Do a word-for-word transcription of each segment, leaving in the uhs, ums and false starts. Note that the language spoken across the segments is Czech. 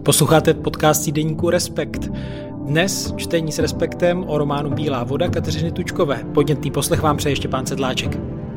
Posloucháte podcast týdeníku Respekt. Dnes čtení s respektem o románu Bílá voda Kateřiny Tučkové. Podnětný poslech vám přeje Štěpán Sedláček.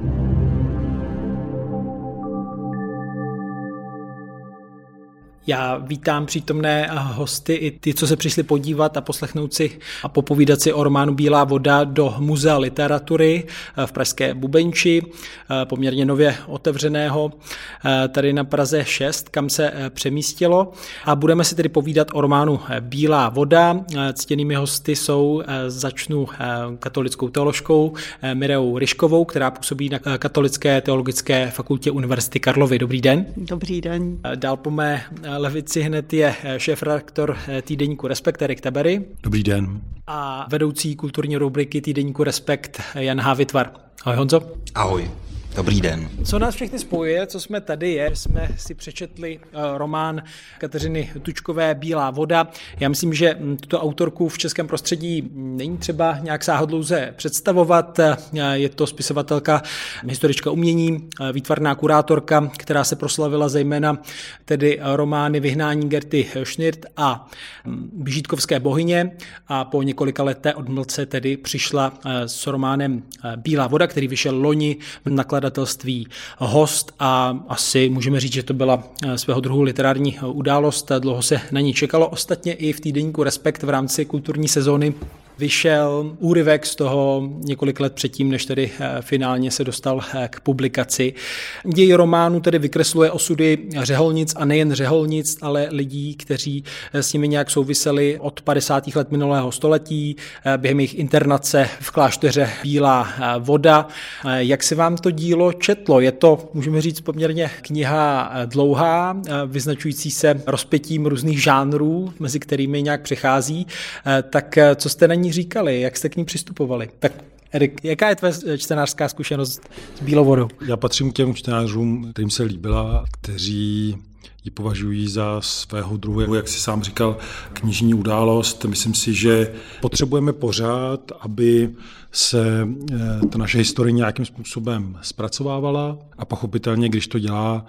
Já vítám přítomné hosty i ty, co se přišli podívat a poslechnout si a popovídat si o románu Bílá voda do Muzea literatury v pražské Bubenči, poměrně nově otevřeného tady na Praze šest, kam se přemístilo. A budeme si tedy povídat o románu Bílá voda. Ctěnými hosty jsou, začnu katolickou teoložkou Mireou Ryškovou, která působí na Katolické teologické fakultě Univerzity Karlovy. Dobrý den. Dobrý den. Dál po mé levici hned je šéfredaktor týdeníku Respekt Erik Tabery. Dobrý den. A vedoucí kulturní rubriky týdeníku Respekt Jan H. Vytvar. Ahoj Honzo. Ahoj. Dobrý den. Co nás všechny spojuje, co jsme tady je, jsme si přečetli román Kateřiny Tučkové Bílá voda. Já myslím, že tuto autorku v českém prostředí není třeba nějak sáhodlouze představovat. Je to spisovatelka, historička umění, výtvarná kurátorka, která se proslavila zejména tedy romány Vyhnání Gerty Schnird a Žítkovské bohyně a po několika leté odmlce tedy přišla s románem Bílá voda, který vyšel loni v nakladatelství Host a asi můžeme říct, že to byla svého druhu literární událost. Dlouho se na ní čekalo. Ostatně i v týdeníku Respekt v rámci kulturní sezóny vyšel úryvek z toho několik let předtím, než tedy finálně se dostal k publikaci. Děj románu tedy vykresluje osudy řeholnic a nejen řeholnic, ale lidí, kteří s nimi nějak souviseli od padesátých let minulého století, během jejich internace v klášteře Bílá voda. Jak se vám to dílo četlo? Je to, můžeme říct, poměrně kniha dlouhá, vyznačující se rozpětím různých žánrů, mezi kterými nějak přechází. Tak co jste na ní říkali, jak jste k ní přistupovali? Tak Erik, jaká je tvoje čtenářská zkušenost s Bílou vodou? Já patřím k těm čtenářům, kterým se líbila, kteří ji považují za svého druhu, jak si sám říkal, knižní událost. Myslím si, že potřebujeme pořád, aby se ta naše historie nějakým způsobem zpracovávala a pochopitelně, když to dělá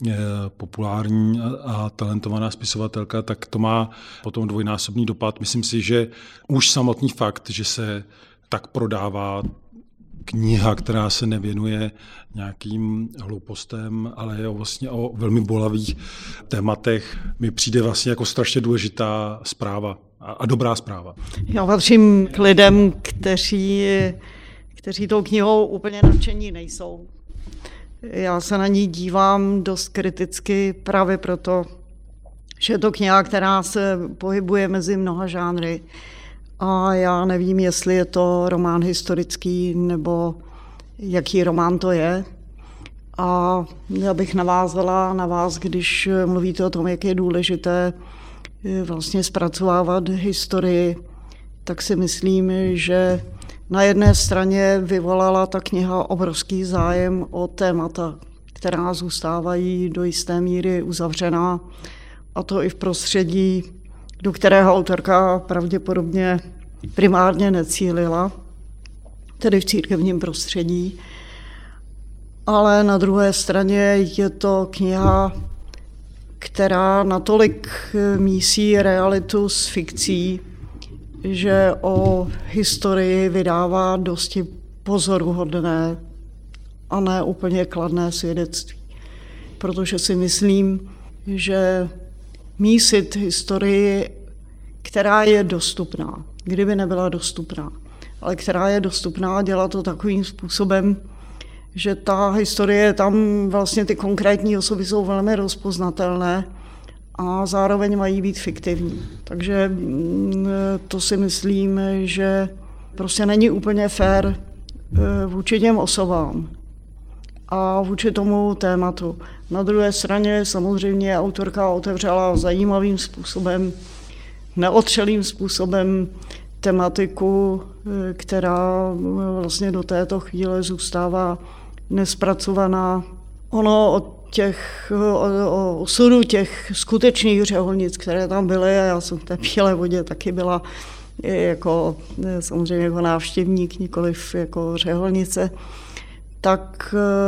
populární a talentovaná spisovatelka, tak to má potom dvojnásobný dopad. Myslím si, že už samotný fakt, že se tak prodává kniha, která se nevěnuje nějakým hloupostem, ale je vlastně o velmi bolavých tématech, mi přijde vlastně jako strašně důležitá zpráva a dobrá zpráva. Já patřím k lidem, kteří, kteří tou knihou úplně nadšení nejsou. Já se na ní dívám dost kriticky právě proto, že je to kniha, která se pohybuje mezi mnoha žánry. A já nevím, jestli je to román historický, nebo jaký román to je. A já bych navázala na vás, když mluvíte o tom, jak je důležité vlastně zpracovávat historii, tak si myslím, že na jedné straně vyvolala ta kniha obrovský zájem o témata, která zůstávají do jisté míry uzavřená, a to i v prostředí, do kterého autorka pravděpodobně primárně necílila, tedy v církevním prostředí. Ale na druhé straně je to kniha, která natolik mísí realitu s fikcí, že o historii vydává dosti pozoruhodné a ne úplně kladné svědectví. Protože si myslím, že mísit historii, která je dostupná, kdyby nebyla dostupná, ale která je dostupná, dělat to takovým způsobem, že ta historie, tam vlastně ty konkrétní osoby jsou velmi rozpoznatelné a zároveň mají být fiktivní. Takže to si myslím, že prostě není úplně fér vůči těm osobám a vůči tomu tématu. Na druhé straně samozřejmě autorka otevřela zajímavým způsobem, neotřelým způsobem tematiku, která vlastně do této chvíle zůstává nespracovaná. Ono od těch, o, o osudu těch skutečných řeholnic, které tam byly, a já jsem v té Bílé vodě taky byla jako, samozřejmě jako návštěvník, nikoliv jako řeholnice, tak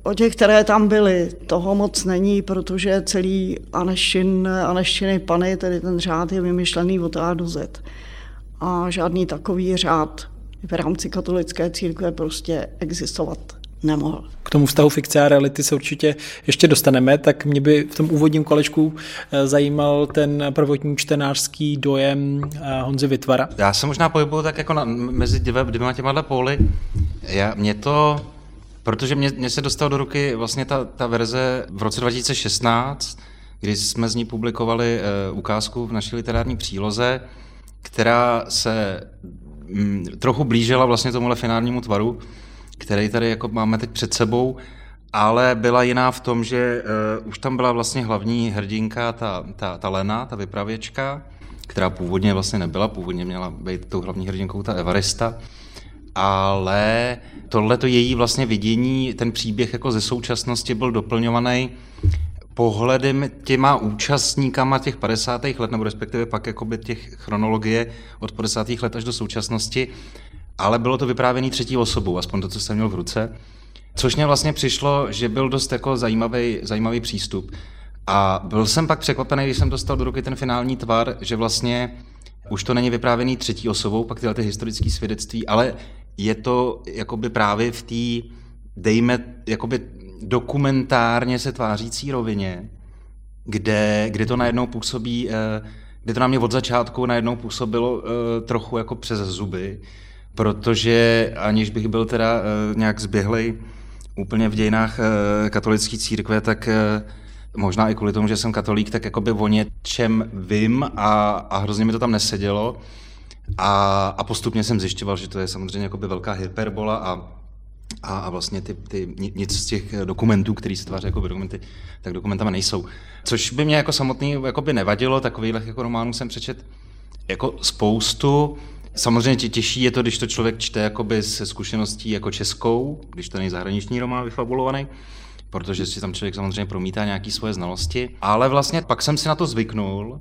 O těch, které tam byly, toho moc není, protože celý Anešin, Aneščiny Pany, tedy ten řád je vymyšlený od A do Z. A žádný takový řád v rámci katolické církve prostě existovat nemohl. K tomu vztahu fikce a reality se určitě ještě dostaneme, tak mě by v tom úvodním kolečku zajímal ten prvotní čtenářský dojem Honzy Vitvara. Já se možná pohybuju tak jako na, mezi dvěma, dvěma těma póly. Já, mě to, protože mě, mě se dostal do ruky vlastně ta, ta verze v roce dva tisíce šestnáct, kdy jsme z ní publikovali uh, ukázku v naší literární příloze, která se mm, trochu blížila vlastně tomuhle finálnímu tvaru, který tady jako máme teď před sebou, ale byla jiná v tom, že uh, už tam byla vlastně hlavní hrdinka, ta, ta, ta Lena, ta vypravěčka, která původně vlastně nebyla, původně měla být tou hlavní hrdinkou ta Evarista, ale tohleto její vlastně vidění, ten příběh jako ze současnosti byl doplňovaný pohledem těma účastníkama těch padesátých let, nebo respektive pak jakoby těch chronologie od padesátých let až do současnosti, ale bylo to vyprávěné třetí osobou, aspoň to, co jsem měl v ruce, což mě vlastně přišlo, že byl dost jako zajímavý, zajímavý přístup. A byl jsem pak překvapený, když jsem dostal do ruky ten finální tvar, že vlastně už to není vyprávěný třetí osobou, pak tyhle ty historické svědectví, ale je to jakoby právě v té, dejme, jakoby dokumentárně se tvářící rovině, kde, kde to najednou působí, kde to na mě od začátku najednou působilo trochu jako přes zuby, protože aniž bych byl teda nějak zběhlej úplně v dějinách katolické církve, tak možná i kvůli tomu, že jsem katolík, tak jakoby o něčem vím a, a hrozně mi to tam nesedělo. A, a postupně jsem zjišťoval, že to je samozřejmě jakoby velká hyperbola a, a, a vlastně ty, ty, nic z těch dokumentů, který se tváří jako dokumenty, tak dokumentama nejsou. Což by mě jako samotný jakoby nevadilo, takových jako románů jsem přečet jako spoustu. Samozřejmě tě těší je to, když to člověk čte jakoby se zkušeností jako českou, když to není zahraniční román vyfabulovaný, protože si tam člověk samozřejmě promítá nějaké svoje znalosti, ale vlastně pak jsem si na to zvyknul,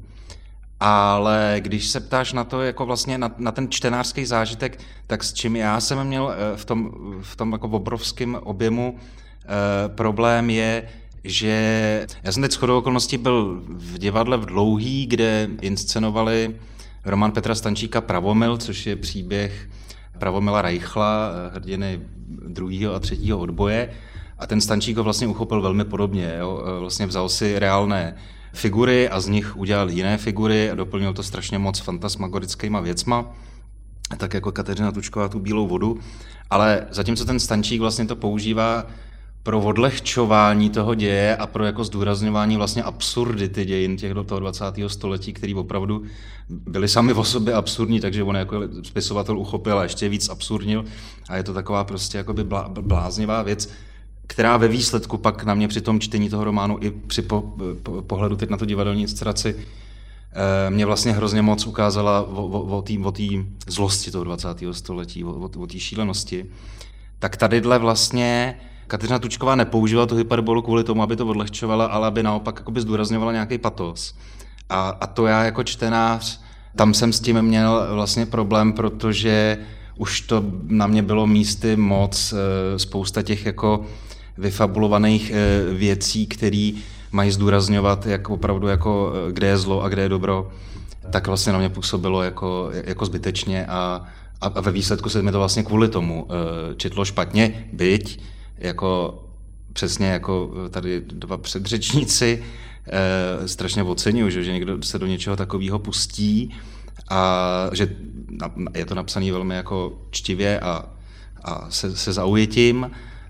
ale když se ptáš na to, jako vlastně na, na ten čtenářský zážitek, tak s čím já jsem měl v tom, v tom jako obrovském objemu eh, problém je, že já jsem teď shodou okolností byl v divadle v Dlouhý, kde inscenovali román Petra Stančíka Pravomil, což je příběh Pravomila Reichla, hrdiny druhého a třetího odboje. A ten Stančík ho vlastně uchopil velmi podobně. Jo? Vlastně vzal si reálné figury a z nich udělal jiné figury a doplnil to strašně moc fantasmagorickýma věcma, tak jako Kateřina Tučková tu Bílou vodu. Ale zatímco ten Stančík vlastně to používá pro odlehčování toho děje a pro jako zdůrazňování vlastně absurdity dějin těch do toho dvacátého století, který opravdu byly sami o sobě absurdní, takže on jako spisovatel uchopil a ještě víc absurdnil a je to taková prostě jakoby blá, bláznivá věc, která ve výsledku pak na mě při tom čtení toho románu i při po, po, pohledu teď na tu divadelní inscenaci eh, mě vlastně hrozně moc ukázala o té zlosti toho dvacátého století, o té šílenosti. Tak tadyhle vlastně Kateřina Tučková nepoužila tu hyperbolu kvůli tomu, aby to odlehčovala, ale aby naopak jakoby zdůrazňovala nějaký patos. A, a to já jako čtenář, tam jsem s tím měl vlastně problém, protože už to na mě bylo místy moc, spousta těch jako vyfabulovaných věcí, které mají zdůrazňovat, jak opravdu jako kde je zlo a kde je dobro, tak vlastně na mě působilo jako, jako zbytečně a, a ve výsledku se mi to vlastně kvůli tomu četlo špatně, byť jako přesně jako tady dva předřečníci eh, strašně oceňuji, že, že někdo se do něčeho takového pustí a že je to napsané velmi jako čtivě a, a se, se zaujetím,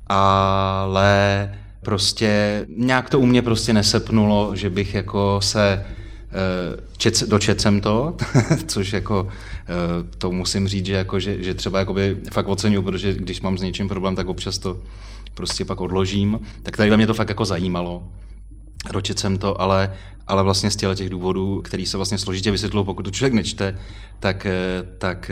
ale prostě nějak to u mě prostě nesepnulo, že bych jako se čet, dočet jsem to, což jako to musím říct, že, jako, že, že třeba jakoby fakt oceňuji, protože když mám s něčím problém, tak občas to prostě pak odložím. Tak tady mě to fakt jako zajímalo. Dočet jsem to, ale, ale vlastně z těch důvodů, který se vlastně složitě vysvětlují, pokud to člověk nečte, tak, tak,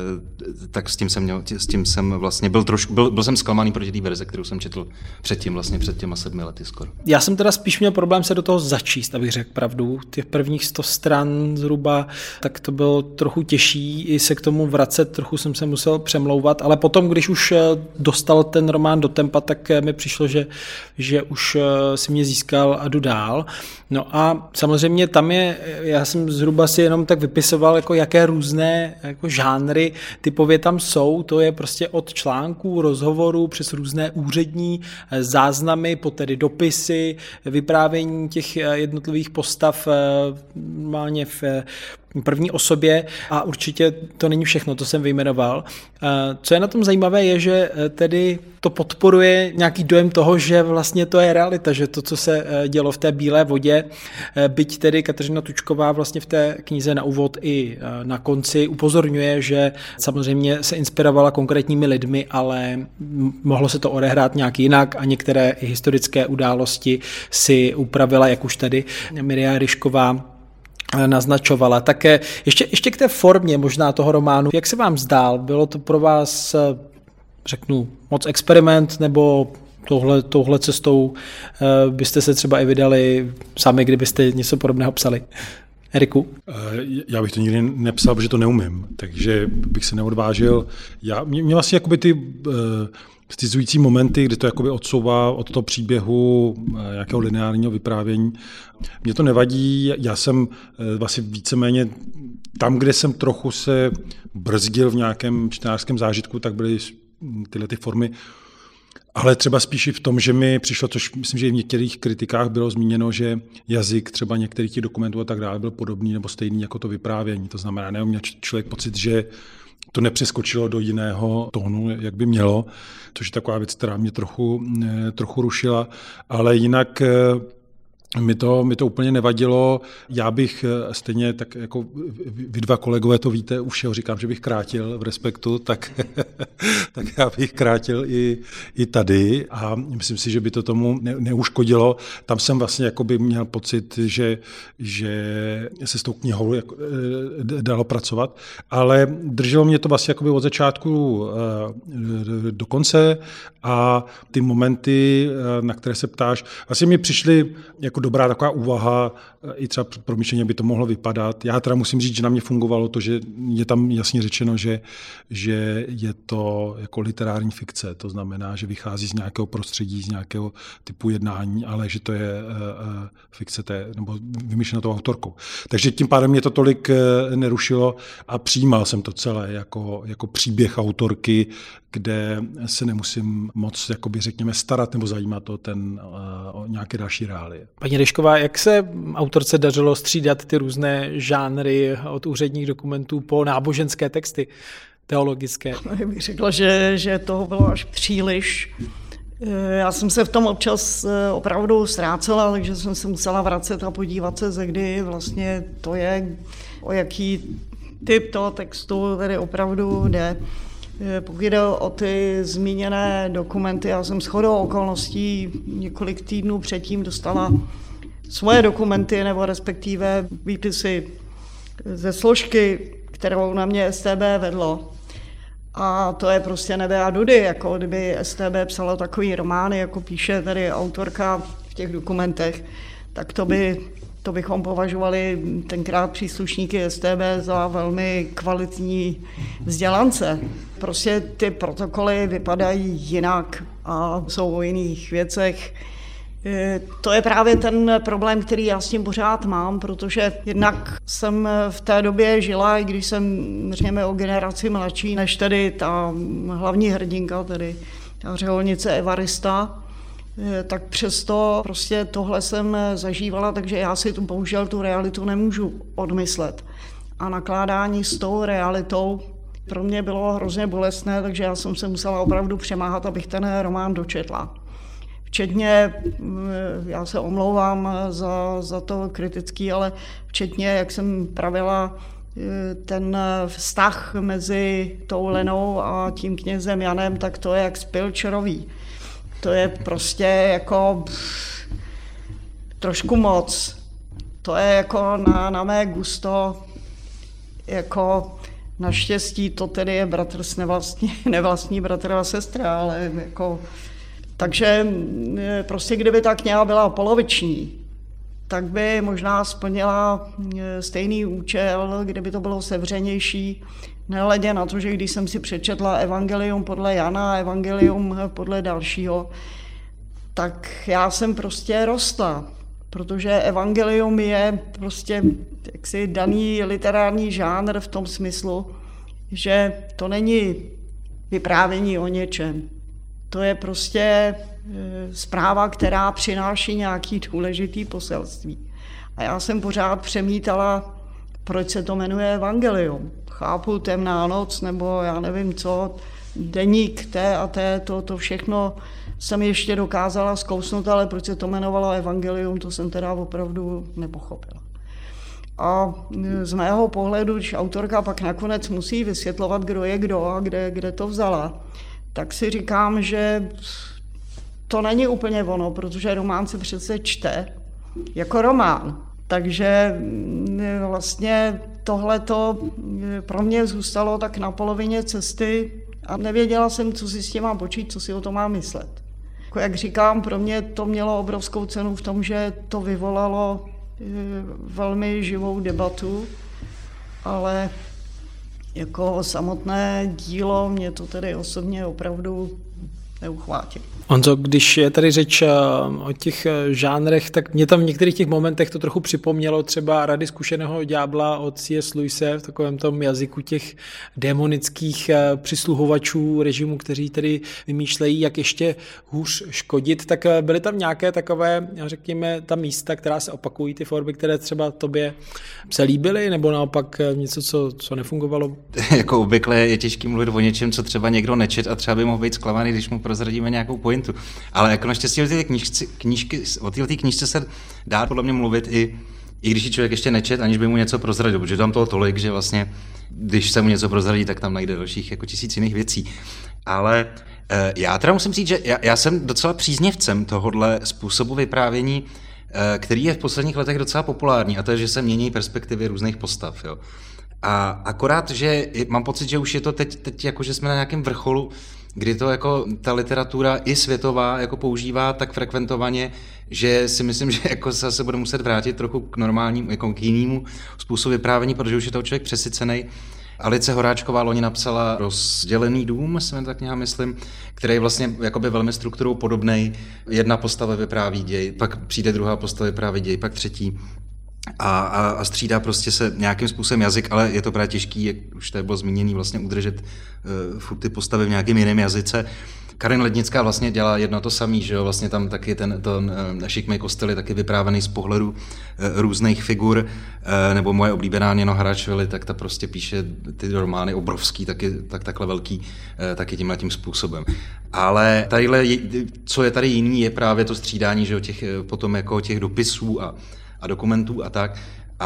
tak s tím jsem měl, s tím jsem vlastně byl trošku, byl, byl jsem zklamaný proti té verze, kterou jsem četl předtím, vlastně před těma sedmi lety skoro. Já jsem teda spíš měl problém se do toho začíst, abych řekl pravdu. Těch prvních sto stran zhruba, tak to bylo trochu těžší i se k tomu vracet, trochu jsem se musel přemlouvat, ale potom, když už dostal ten román do tempa, tak mi přišlo, že, že už si mě získal a jdu dál. No a samozřejmě tam je, já jsem zhruba si jenom tak vypisoval, jako jaké různé jako žánry typově tam jsou, to je prostě od článků, rozhovorů přes různé úřední záznamy, po tedy dopisy, vyprávění těch jednotlivých postav normálně v první osobě a určitě to není všechno, to jsem vyjmenoval. Co je na tom zajímavé je, že tedy to podporuje nějaký dojem toho, že vlastně to je realita, že to, co se dělo v té Bílé vodě, byť tedy Kateřina Tučková vlastně v té knize na úvod i na konci upozorňuje, že samozřejmě se inspirovala konkrétními lidmi, ale mohlo se to odehrát nějak jinak a některé i historické události si upravila, jak už tady Mirja Ryšková naznačovala. Tak ještě, ještě k té formě možná toho románu. Jak se vám zdál? Bylo to pro vás, řeknu, moc experiment, nebo touhle, touhle cestou byste se třeba i vydali sami, kdybyste něco podobného psali? Eriku? Já bych to nikdy nepsal, protože to neumím, takže bych se neodvážil. Já, mě, mě vlastně jakoby ty styzující momenty, kdy to jakoby odsouvá od toho příběhu nějakého lineárního vyprávění. Mně to nevadí, já jsem vlastně víceméně tam, kde jsem trochu se brzdil v nějakém čtenářském zážitku, tak byly tyhle ty formy, ale třeba spíš i v tom, že mi přišlo, což myslím, že i v některých kritikách bylo zmíněno, že jazyk třeba některých těch dokumentů a tak dále byl podobný nebo stejný jako to vyprávění. To znamená, neměl člověk pocit, že to nepřeskočilo do jiného tónu, jak by mělo, což je taková věc, která mě trochu, trochu rušila, ale jinak mi to, mi to úplně nevadilo. Já bych stejně, tak jako vy dva kolegové to víte, už všeho říkám, že bych krátil v Respektu, tak, tak já bych krátil i, i tady a myslím si, že by to tomu ne, neuškodilo. Tam jsem vlastně jakoby měl pocit, že, že se s tou knihou jako, dalo pracovat, ale drželo mě to vlastně jakoby od začátku do konce a ty momenty, na které se ptáš, vlastně mi přišly jako dobrá taková úvaha, i třeba promyšleně by to mohlo vypadat. Já teda musím říct, že na mě fungovalo to, že je tam jasně řečeno, že, že je to jako literární fikce, to znamená, že vychází z nějakého prostředí, z nějakého typu jednání, ale že to je uh, fikce té, nebo vymyšlená tou autorkou. Takže tím pádem mě to tolik uh, nerušilo a přijímal jsem to celé jako, jako příběh autorky, kde se nemusím moc, jakoby řekněme, starat nebo zajímat o, ten, o nějaké další reálie. Paní Ryšková, jak se autorce dařilo střídat ty různé žánry od úředních dokumentů po náboženské texty teologické? Já bych řekla, že, že toho bylo až příliš. Já jsem se v tom občas opravdu ztrácela, takže jsem se musela vracet a podívat se, ze kdy vlastně to je, o jaký typ toho textu tedy opravdu jde. Pokud jde o ty zmíněné dokumenty, já jsem shodou okolností několik týdnů předtím dostala svoje dokumenty, nebo respektive výpisy ze složky, kterou na mě S T B vedlo. A to je prostě nebe a dudy, jako kdyby S T B psala takový romány, jako píše tady autorka v těch dokumentech, tak to by To bychom považovali tenkrát příslušníky S T B za velmi kvalitní vzdělance. Prostě ty protokoly vypadají jinak a jsou o jiných věcech. To je právě ten problém, který já s tím pořád mám, protože jednak jsem v té době žila, i když jsem, řekněme, o generaci mladší, než tedy ta hlavní hrdinka, tedy ta řeholnice Evarista, tak přesto prostě tohle jsem zažívala, takže já si tu bohužel tu realitu nemůžu odmyslet. A nakládání s tou realitou pro mě bylo hrozně bolestné, takže já jsem se musela opravdu přemáhat, abych ten román dočetla. Včetně, já se omlouvám za, za to kritický, ale včetně, jak jsem pravila, ten vztah mezi tou Lenou a tím knězem Janem, tak to je jak z Pilčerový. To je prostě jako pff, trošku moc. To je jako na, na mé gusto, jako naštěstí to tedy je bratr nevlastní, nevlastní bratr a sestra, ale jako, takže prostě kdyby ta kniha byla poloviční, tak by možná splnila stejný účel, kdyby to bylo sevřenější, nehledě na to, že když jsem si přečetla evangelium podle Jana a evangelium podle dalšího, tak já jsem prostě rostla, protože evangelium je prostě jaksi daný literární žánr v tom smyslu, že to není vyprávění o něčem. To je prostě zpráva, která přináší nějaký důležitý poselství. A já jsem pořád přemítala, proč se to jmenuje evangelium. Chápu, temná noc, nebo já nevím co, deník té a té, to, to všechno jsem ještě dokázala zkousnout, ale proč se to jmenovalo evangelium, to jsem teda opravdu nepochopila. A z mého pohledu, když autorka pak nakonec musí vysvětlovat, kdo je kdo a kde, kde to vzala, tak si říkám, že to není úplně ono, protože román se přece čte jako román. Takže vlastně tohleto pro mě zůstalo tak na polovině cesty a nevěděla jsem, co si s tím mám počít, co si o tom mám myslet. Jako jak říkám, pro mě to mělo obrovskou cenu v tom, že to vyvolalo velmi živou debatu, ale jako samotné dílo mě to tedy osobně opravdu neuchvátilo. Honzo, když je tady řeč o těch žánrech, tak mě tam v některých těch momentech to trochu připomnělo třeba Rady zkušeného ďábla od C S. Lewise v takovém tom jazyku těch démonických přisluhovačů režimu, kteří tedy vymýšlejí, jak ještě hůř škodit, tak byly tam nějaké takové, řekněme, ta místa, která se opakují, ty formy, které třeba tobě se líbily, nebo naopak něco, co, co nefungovalo? Jako obvykle je těžký mluvit o něčem, co třeba někdo nečet a třeba by mohl být zklamaný, když mu prozradíme nějakou pointu. Ale jako naštěstí o té knížky, knížky, o té knížce se dá podle mě mluvit i, i když ji člověk ještě nečet, aniž by mu něco prozradil, protože tam toho tolik, že vlastně, když se mu něco prozradí, tak tam najde dalších jako tisíc jiných věcí. Ale e, já teda musím říct, že já, já jsem docela příznivcem tohohle způsobu vyprávění, e, který je v posledních letech docela populární, a to je, že se mění perspektivy různých postav. Jo. A akorát, že mám pocit, že už je to teď, teď jako, že jsme na nějakém vrcholu, kdy to jako ta literatura i světová jako používá tak frekventovaně, že si myslím, že jako se zase bude muset vrátit trochu k normálnímu, jako k jinému způsobu vyprávění, protože už je toho člověk přesycený. Alice Horáčková loni napsala Rozdělený dům, jsem tak nějak myslím, který je vlastně jakoby velmi strukturou podobnej. Jedna postava vypráví děj, pak přijde druhá postava vypráví děj, pak třetí. A, a, a střídá prostě se nějakým způsobem jazyk, ale je to právě těžký, jak už tady bylo zmíněný, vlastně udržet uh, furt ty postavy v nějakém jiném jazyce. Karin Lednická vlastně dělá jedno to samý, že jo, vlastně tam taky ten, ten uh, Šikmej kostel je taky vyprávěný z pohledu uh, různých figur, uh, nebo moje oblíbená Nino Haračvili, tak ta prostě píše ty romány obrovský, taky, tak takhle velký, uh, taky tímhle tím způsobem. Ale tadyhle, co je tady jiný, je právě to střídání, že jo, těch, potom jako těch dopisů a a dokumentů a tak.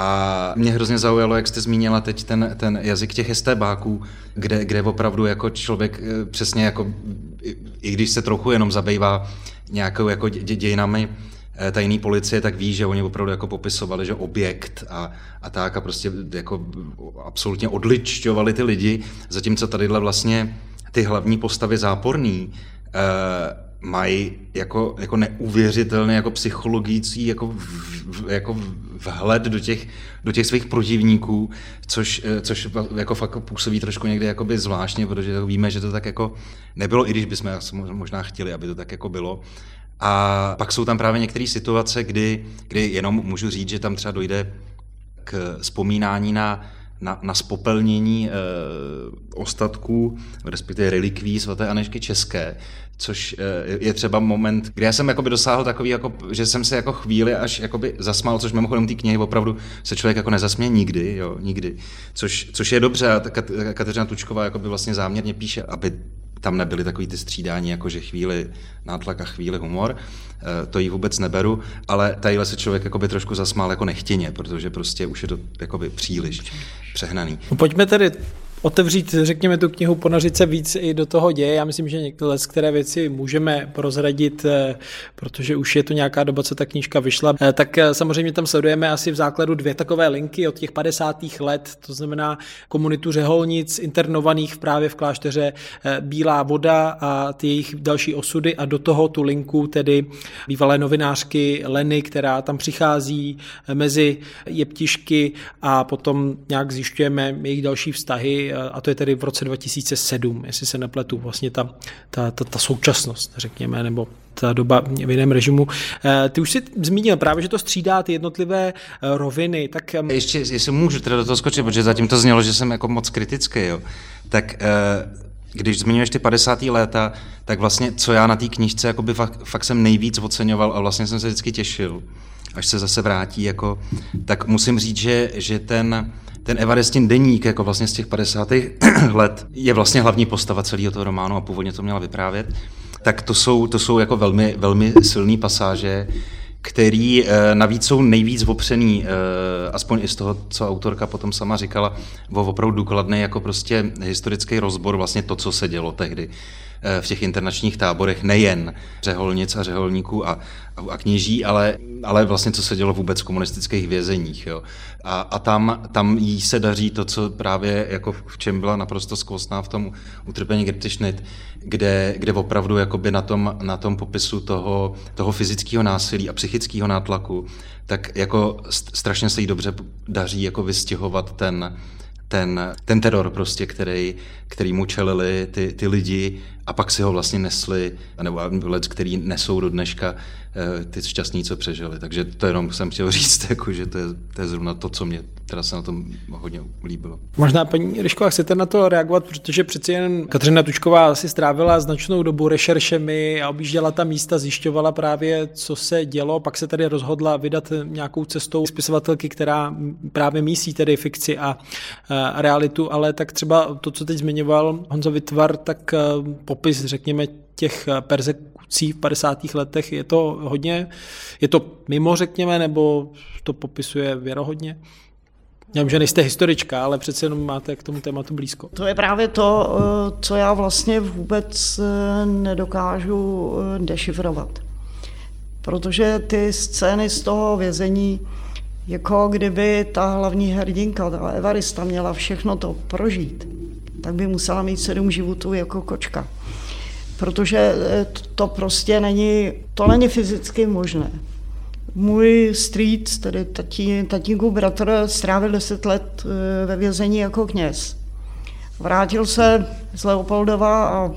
A mě hrozně zaujalo, jak jste zmínila teď ten, ten jazyk těch estébáků, kde, kde opravdu jako člověk přesně jako, i když se trochu jenom zabývá nějakou jako dě, dějinami tajné policie, tak ví, že oni opravdu jako popisovali, že objekt a, a tak a prostě jako absolutně odličťovali ty lidi, zatímco tadyhle vlastně ty hlavní postavy záporný eh, mají jako, jako neuvěřitelný jako psychologický jako, v, jako vhled do těch, do těch svých protivníků, což, což jako fakt působí trošku někdy jakoby zvláštně, protože víme, že to tak jako nebylo, i když bychom možná chtěli, aby to tak jako bylo. A pak jsou tam právě některé situace, kdy, kdy jenom můžu říct, že tam třeba dojde k vzpomínání na Na, na spopelnění e, ostatků, respektive relikví svaté Anežky České, což e, je třeba moment, kdy já jsem jakoby dosáhl takový, jako, že jsem se jako chvíli až jakoby zasmál, což mimochodem té knihy opravdu se člověk jako nezasměje nikdy, jo, nikdy, což, což je dobře a Kateřina Tučková jakoby vlastně záměrně píše, aby tam nebyly takový ty střídání, jako že chvíli nátlak a chvíli humor, to jí vůbec neberu, ale tadyhle se člověk jakoby trošku zasmál jako nechtěně, protože prostě už je to jakoby příliš přehnaný. No pojďme tedy otevřít, řekněme, tu knihu, ponořit se víc i do toho děje. Já myslím, že některé které věci můžeme prozradit, protože už je to nějaká doba, co ta knížka vyšla. Tak samozřejmě tam sledujeme asi v základu dvě takové linky od těch padesátých let, to znamená komunitu řeholnic internovaných právě v klášteře Bílá voda a ty jejich další osudy a do toho tu linku tedy bývalé novinářky Leny, která tam přichází mezi jeptišky a potom nějak zjišťujeme jejich další vztahy a to je tedy v roce dva tisíce sedm, jestli se nepletu, vlastně ta, ta, ta, ta současnost, řekněme, nebo ta doba v jiném režimu. Ty už jsi zmínil právě, že to střídá ty jednotlivé roviny, tak... Ještě, jestli můžu teda do toho skočit, protože zatím to znělo, že jsem jako moc kritický, jo. Tak když zmiňuješ ty padesátá léta, tak vlastně, co já na té knížce jakoby fakt, fakt jsem nejvíc oceňoval a vlastně jsem se vždycky těšil, až se zase vrátí, jako, tak musím říct, že, že ten, ten Evaristin deník jako vlastně z těch padesátých let je vlastně hlavní postava celého toho románu a původně to měla vyprávět, tak to jsou, to jsou jako velmi, velmi silné pasáže, který e, navíc jsou nejvíc opřený, e, aspoň i z toho, co autorka potom sama říkala, o opravdu důkladný jako prostě historický rozbor vlastně to, co se dělo tehdy e, v těch internačních táborech, nejen řeholnic a řeholníků a, a kněží, ale, ale vlastně co se dělo vůbec v komunistických vězeních. Jo. A, a tam, tam jí se daří to, co právě jako v čem byla naprosto skvostná v tom utrpení Gerty Schnitt, kde, kde opravdu jakoby na tom, na tom popisu toho, toho fyzického násilí a psychického nátlaku, tak jako strašně se jí dobře daří jako vystěhovat ten, ten, ten teror prostě, který, který mu čelili ty, ty lidi a pak si ho vlastně nesli, nebo lec, který nesou do dneška ty šťastní, co přežili. Takže to jenom jsem chtěl říct, jako, že to je, to je zrovna to, co mě teda se na tom hodně líbilo. Možná, paní Ryšková, chcete na to reagovat, protože přeci jen Kateřina Tučková si strávila značnou dobu rešeršemi a objížděla ta místa, zjišťovala právě, co se dělo, pak se tady rozhodla vydat nějakou cestou spisovatelky, která právě mísí tedy fikci a, a realitu, ale tak třeba to, co teď zmiňoval Honza Vytvar, tak popis, řekněme, těch perzekucí v padesátých letech, je to hodně, je to mimo, řekněme, nebo to popisuje věrohodně? Já vím, že nejste historička, ale přece jenom máte k tomu tématu blízko. To je právě to, co já vlastně vůbec nedokážu dešifrovat. Protože ty scény z toho vězení, jako kdyby ta hlavní hrdinka, ta Evarista, měla všechno to prožít, tak by musela mít sedm životů jako kočka. Protože to prostě není, to není fyzicky možné. Můj strýc, tedy tatí, tatínkův bratr, strávil deset let ve vězení jako kněz. Vrátil se z Leopoldova a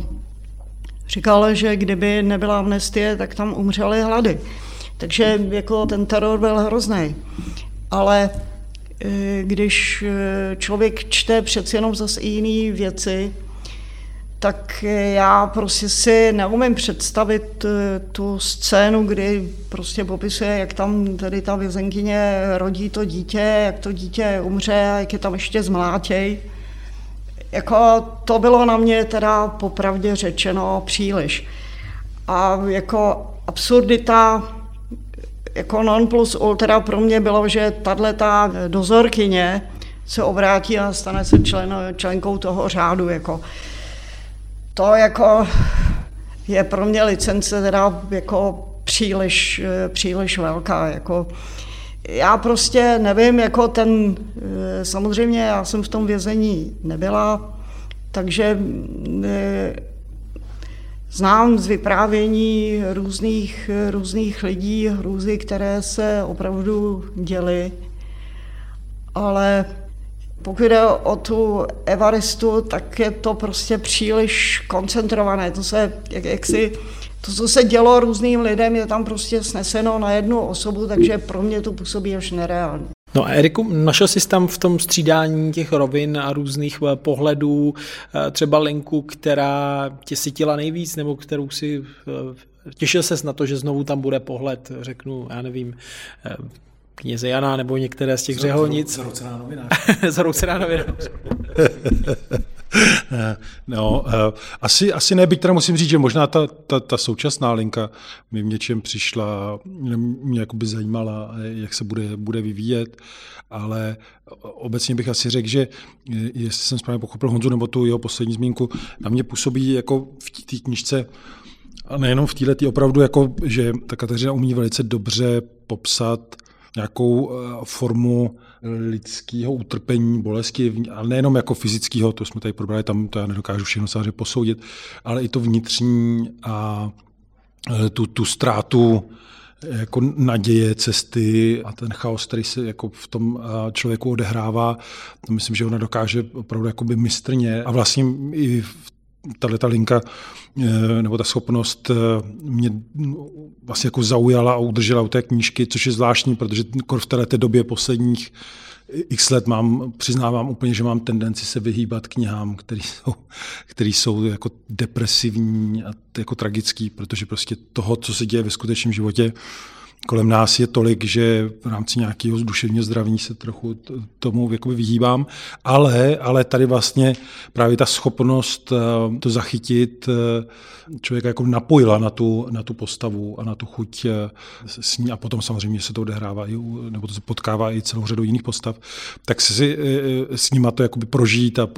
říkal, že kdyby nebyla amnestie, tak tam umřely hlady. Takže jako ten teror byl hrozný. Ale když člověk čte přeci jenom zase i jiné věci, tak já prostě si neumím představit tu scénu, kdy prostě popisuje, jak tam tedy ta vězenkyně rodí to dítě, jak to dítě umře a jak je tam ještě zmlátěj. Jako to bylo na mě teda popravdě řečeno příliš. A jako absurdita, jako non plus ultra pro mě bylo, že tato dozorkyně se obrátí a stane se člen, členkou toho řádu. Jako. To jako je pro mě licence teda jako příliš, příliš velká. Jako. Já prostě nevím, jako ten, samozřejmě já jsem v tom vězení nebyla, takže znám z vyprávění různých, různých lidí hrůzy, které se opravdu děly, ale pokud jde o tu Evaristu, tak je to prostě příliš koncentrované. To, se, jak, jak si, to, co se dělo různým lidem, je tam prostě sneseno na jednu osobu, takže pro mě to působí až nereálně. No a Eriku, našel jsi tam v tom střídání těch rovin a různých pohledů třeba linku, která tě sytila nejvíc, nebo kterou si těšil ses na to, že znovu tam bude pohled, řeknu, já nevím, kněze Jana nebo některé z těch řeholnic. Zaroucená novinář. Zaroucená novinář. No, asi, asi ne, byť teda musím říct, že možná ta, ta, ta současná linka mi v něčem přišla, mě jakoby zajímala, jak se bude, bude vyvíjet, ale obecně bych asi řekl, že jestli jsem správně pochopil Honzu nebo tu jeho poslední zmínku, na mě působí jako v té knížce, a nejenom v této, opravdu, jako, že ta Kateřina umí velice dobře popsat nějakou formu lidského utrpení, bolesti, ale nejenom jako fyzického, to jsme tady probrali, tam to já nedokážu všechno samozřejmě posoudit, ale i to vnitřní a tu, tu ztrátu jako naděje, cesty a ten chaos, který se jako v tom člověku odehrává, to myslím, že ona dokáže opravdu jakoby mistrně a vlastně i tato linka nebo ta schopnost mě vlastně jako zaujala a udržela u té knížky, což je zvláštní, protože v této době posledních x let mám, přiznávám úplně, že mám tendenci se vyhýbat knihám, které jsou, které jsou jako depresivní a jako tragický, protože prostě toho, co se děje ve skutečném životě, kolem nás je tolik, že v rámci nějakého duševního zdraví se trochu tomu jakoby vyhýbám, ale, ale tady vlastně právě ta schopnost to zachytit člověka jako napojila na tu, na tu postavu a na tu chuť s ní a potom samozřejmě se to odehrává i, nebo to se potkává i celou řadou jiných postav, tak si s nima to jakoby prožít a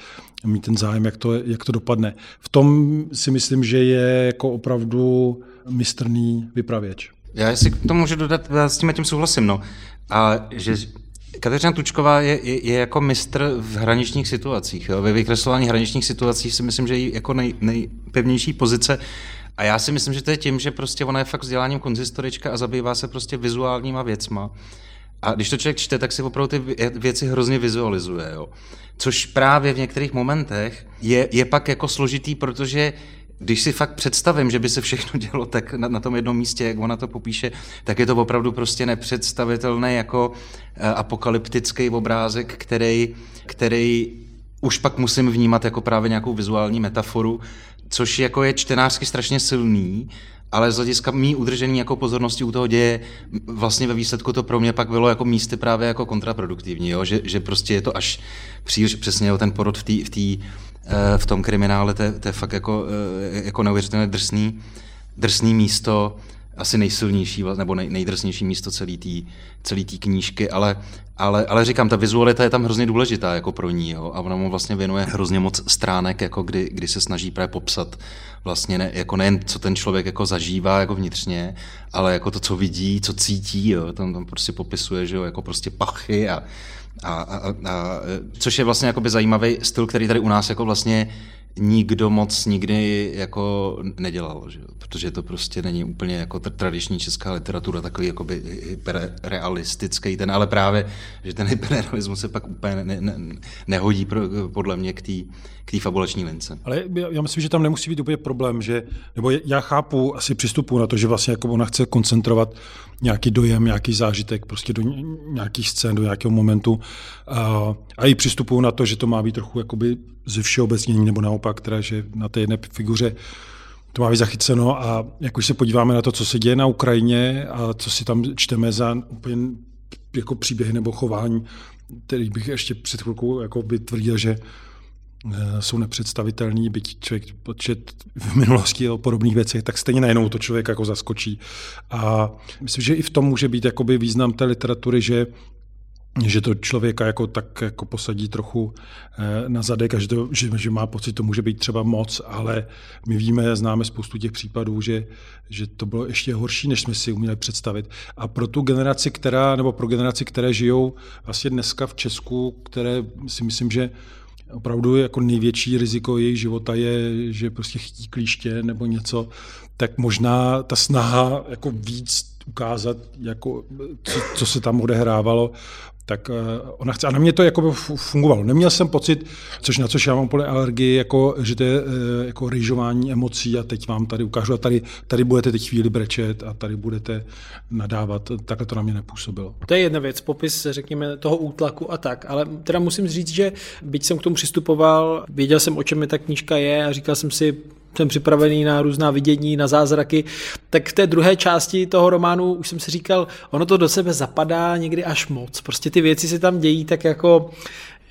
mít ten zájem, jak to, jak to dopadne. V tom si myslím, že je jako opravdu mistrný vypravěč. Já si k tomu můžu dodat, já s tím tím souhlasím, no. A že Kateřina Tučková je, je, je jako mistr v hraničních situacích. Jo. Ve vykreslování hraničních situací si myslím, že je jako nej, nejpevnější pozice. A já si myslím, že to je tím, že prostě ona je fakt vzděláním konzistorička a zabývá se prostě vizuálníma věcma. A když to člověk čte, tak si opravdu ty věci hrozně vizualizuje. Jo. Což právě v některých momentech je, je pak jako složitý, protože když si fakt představím, že by se všechno dělo tak na, na tom jednom místě, jak ona to popíše, tak je to opravdu prostě nepředstavitelný jako apokalyptický obrázek, který, který už pak musím vnímat jako právě nějakou vizuální metaforu, což jako je čtenářsky strašně silný, ale z hlediska mý udržení jako pozornosti u toho děje, vlastně ve výsledku to pro mě pak bylo jako místy právě jako kontraproduktivní, jo? Že, že prostě je to až příliš přesně ten porod v té v té v tom kriminále, to je, to je fakt jako, jako neuvěřitelně drsný, drsný místo, asi nejsilnější, nebo nej, nejdrsnější místo celé té celý knížky, ale, ale, ale říkám, ta vizualita je tam hrozně důležitá jako pro ní, jo, a ona mu vlastně věnuje hrozně moc stránek, jako kdy, kdy se snaží právě popsat vlastně ne, jako nejen, co ten člověk jako zažívá jako vnitřně, ale jako to, co vidí, co cítí, jo, tam, tam prostě popisuje, že jo, jako prostě pachy a A, a, a, což je vlastně jakoby zajímavý styl, který tady u nás jako vlastně nikdo moc nikdy jako nedělal, že? Protože to prostě není úplně jako tradiční česká literatura, takový jakoby hyperrealistický ten, ale právě, že ten hyperrealismus se pak úplně ne, ne, nehodí pro, podle mě k té k té fabulační lince. Ale já myslím, že tam nemusí být úplně problém, že, nebo já chápu, asi přistupuji na to, že vlastně jako ona chce koncentrovat nějaký dojem, nějaký zážitek prostě do nějakých scén, do nějakého momentu a, a i přistupuji na to, že to má být trochu jakoby ze všeobecnění nebo naopak, teda, že na té jedné figuře to má být zachyceno a jak už se podíváme na to, co se děje na Ukrajině a co si tam čteme za úplně jako příběhy nebo chování, který bych ještě před chvilkou jako by tvrdil, že jsou nepředstavitelný, byť člověk počet v minulosti o podobných věcech, tak stejně najednou to člověk jako zaskočí. A myslím, že i v tom může být jakoby význam té literatury, že že to člověka jako tak jako posadí trochu na zadek a že, to, že, že má pocit, to může být třeba moc, ale my víme, známe spoustu těch případů, že, že to bylo ještě horší, než jsme si uměli představit. A pro tu generaci, která, nebo pro generaci, které žijou vlastně dneska v Česku, které si myslím, že opravdu jako největší riziko jejich života je, že prostě chytí klíště nebo něco, tak možná ta snaha jako víc ukázat, jako, co, co se tam odehrávalo, tak ona chce. A na mě to jako fungovalo. Neměl jsem pocit, což na což já mám úplně alergii, jako, že to je jako rýžování emocí a teď vám tady ukážu a tady, tady budete teď chvíli brečet a tady budete nadávat. Takhle to na mě nepůsobilo. To je jedna věc, popis, řekněme, toho útlaku a tak, ale teda musím říct, že byť jsem k tomu přistupoval, věděl jsem, o čem mi ta knížka je a říkal jsem si, jsem připravený na různá vidění, na zázraky, tak v té druhé části toho románu už jsem si říkal, ono to do sebe zapadá někdy až moc. Prostě ty věci se tam dějí tak jako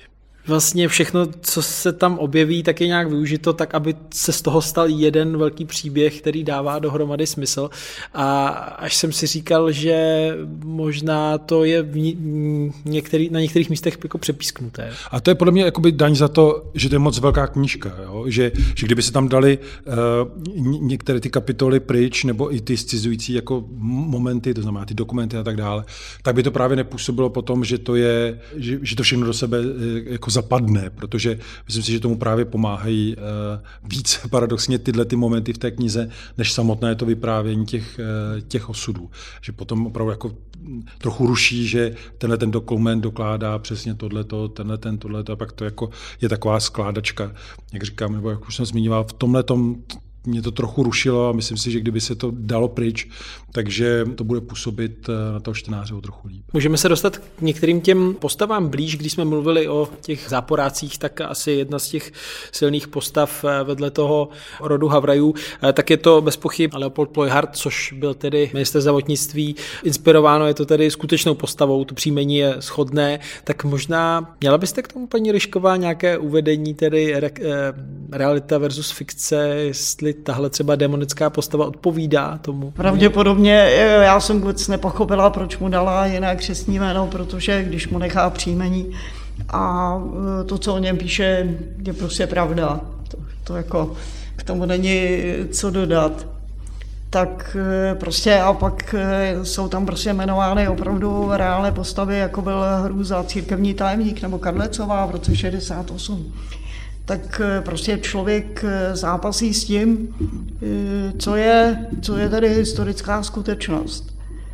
vlastně všechno, co se tam objeví, tak je nějak využito tak, aby se z toho stal jeden velký příběh, který dává dohromady smysl. A až jsem si říkal, že možná to je v některý, na některých místech jako přepísknuté. A to je podle mě jakoby daň za to, že to je moc velká knížka, jo? Že, že kdyby se tam dali uh, některé ty kapitoly pryč, nebo i ty scizující jako momenty, to znamená ty dokumenty a tak dále, tak by to právě nepůsobilo potom, že to je, že, že to všechno do sebe jako zapadne, protože myslím si, že tomu právě pomáhají uh, víc paradoxně tyhle ty momenty v té knize, než samotné to vyprávění těch, uh, těch osudů. Že potom opravdu jako trochu ruší, že tenhle ten dokument dokládá přesně tohleto, tenhle ten tohleto, a pak to jako je taková skládačka, jak říkám, nebo jak už jsem zmiňoval, v tomhletom mě to trochu rušilo a myslím si, že kdyby se to dalo pryč, takže to bude působit na toho čtenáře o trochu líp. Můžeme se dostat k některým těm postavám blíž, když jsme mluvili o těch záporácích, tak asi jedna z těch silných postav vedle toho rodu Havrajů, tak je to bez pochyb Leopold Plojhard, což byl tedy ministr zdravotnictví. Inspirováno je to tedy skutečnou postavou, to příjmení je shodné, tak možná měla byste k tomu, paní Ryšková, nějaké uvedení, tedy re, realita versus fikce, jestli tahle třeba démonická postava odpovídá tomu? Pravděpodobně já jsem vůbec nepochopila, proč mu dala jiné křestní jméno, protože když mu nechá příjmení a to, co o něm píše, je prostě pravda. To, to jako k tomu není co dodat. Tak prostě a pak jsou tam prostě jmenovány opravdu reálné postavy, jako byl Hrůza, církevní tajemník, nebo Kadlecová v roce šedesát osm. Tak prostě člověk zápasí s tím, co je, co je tady historická skutečnost.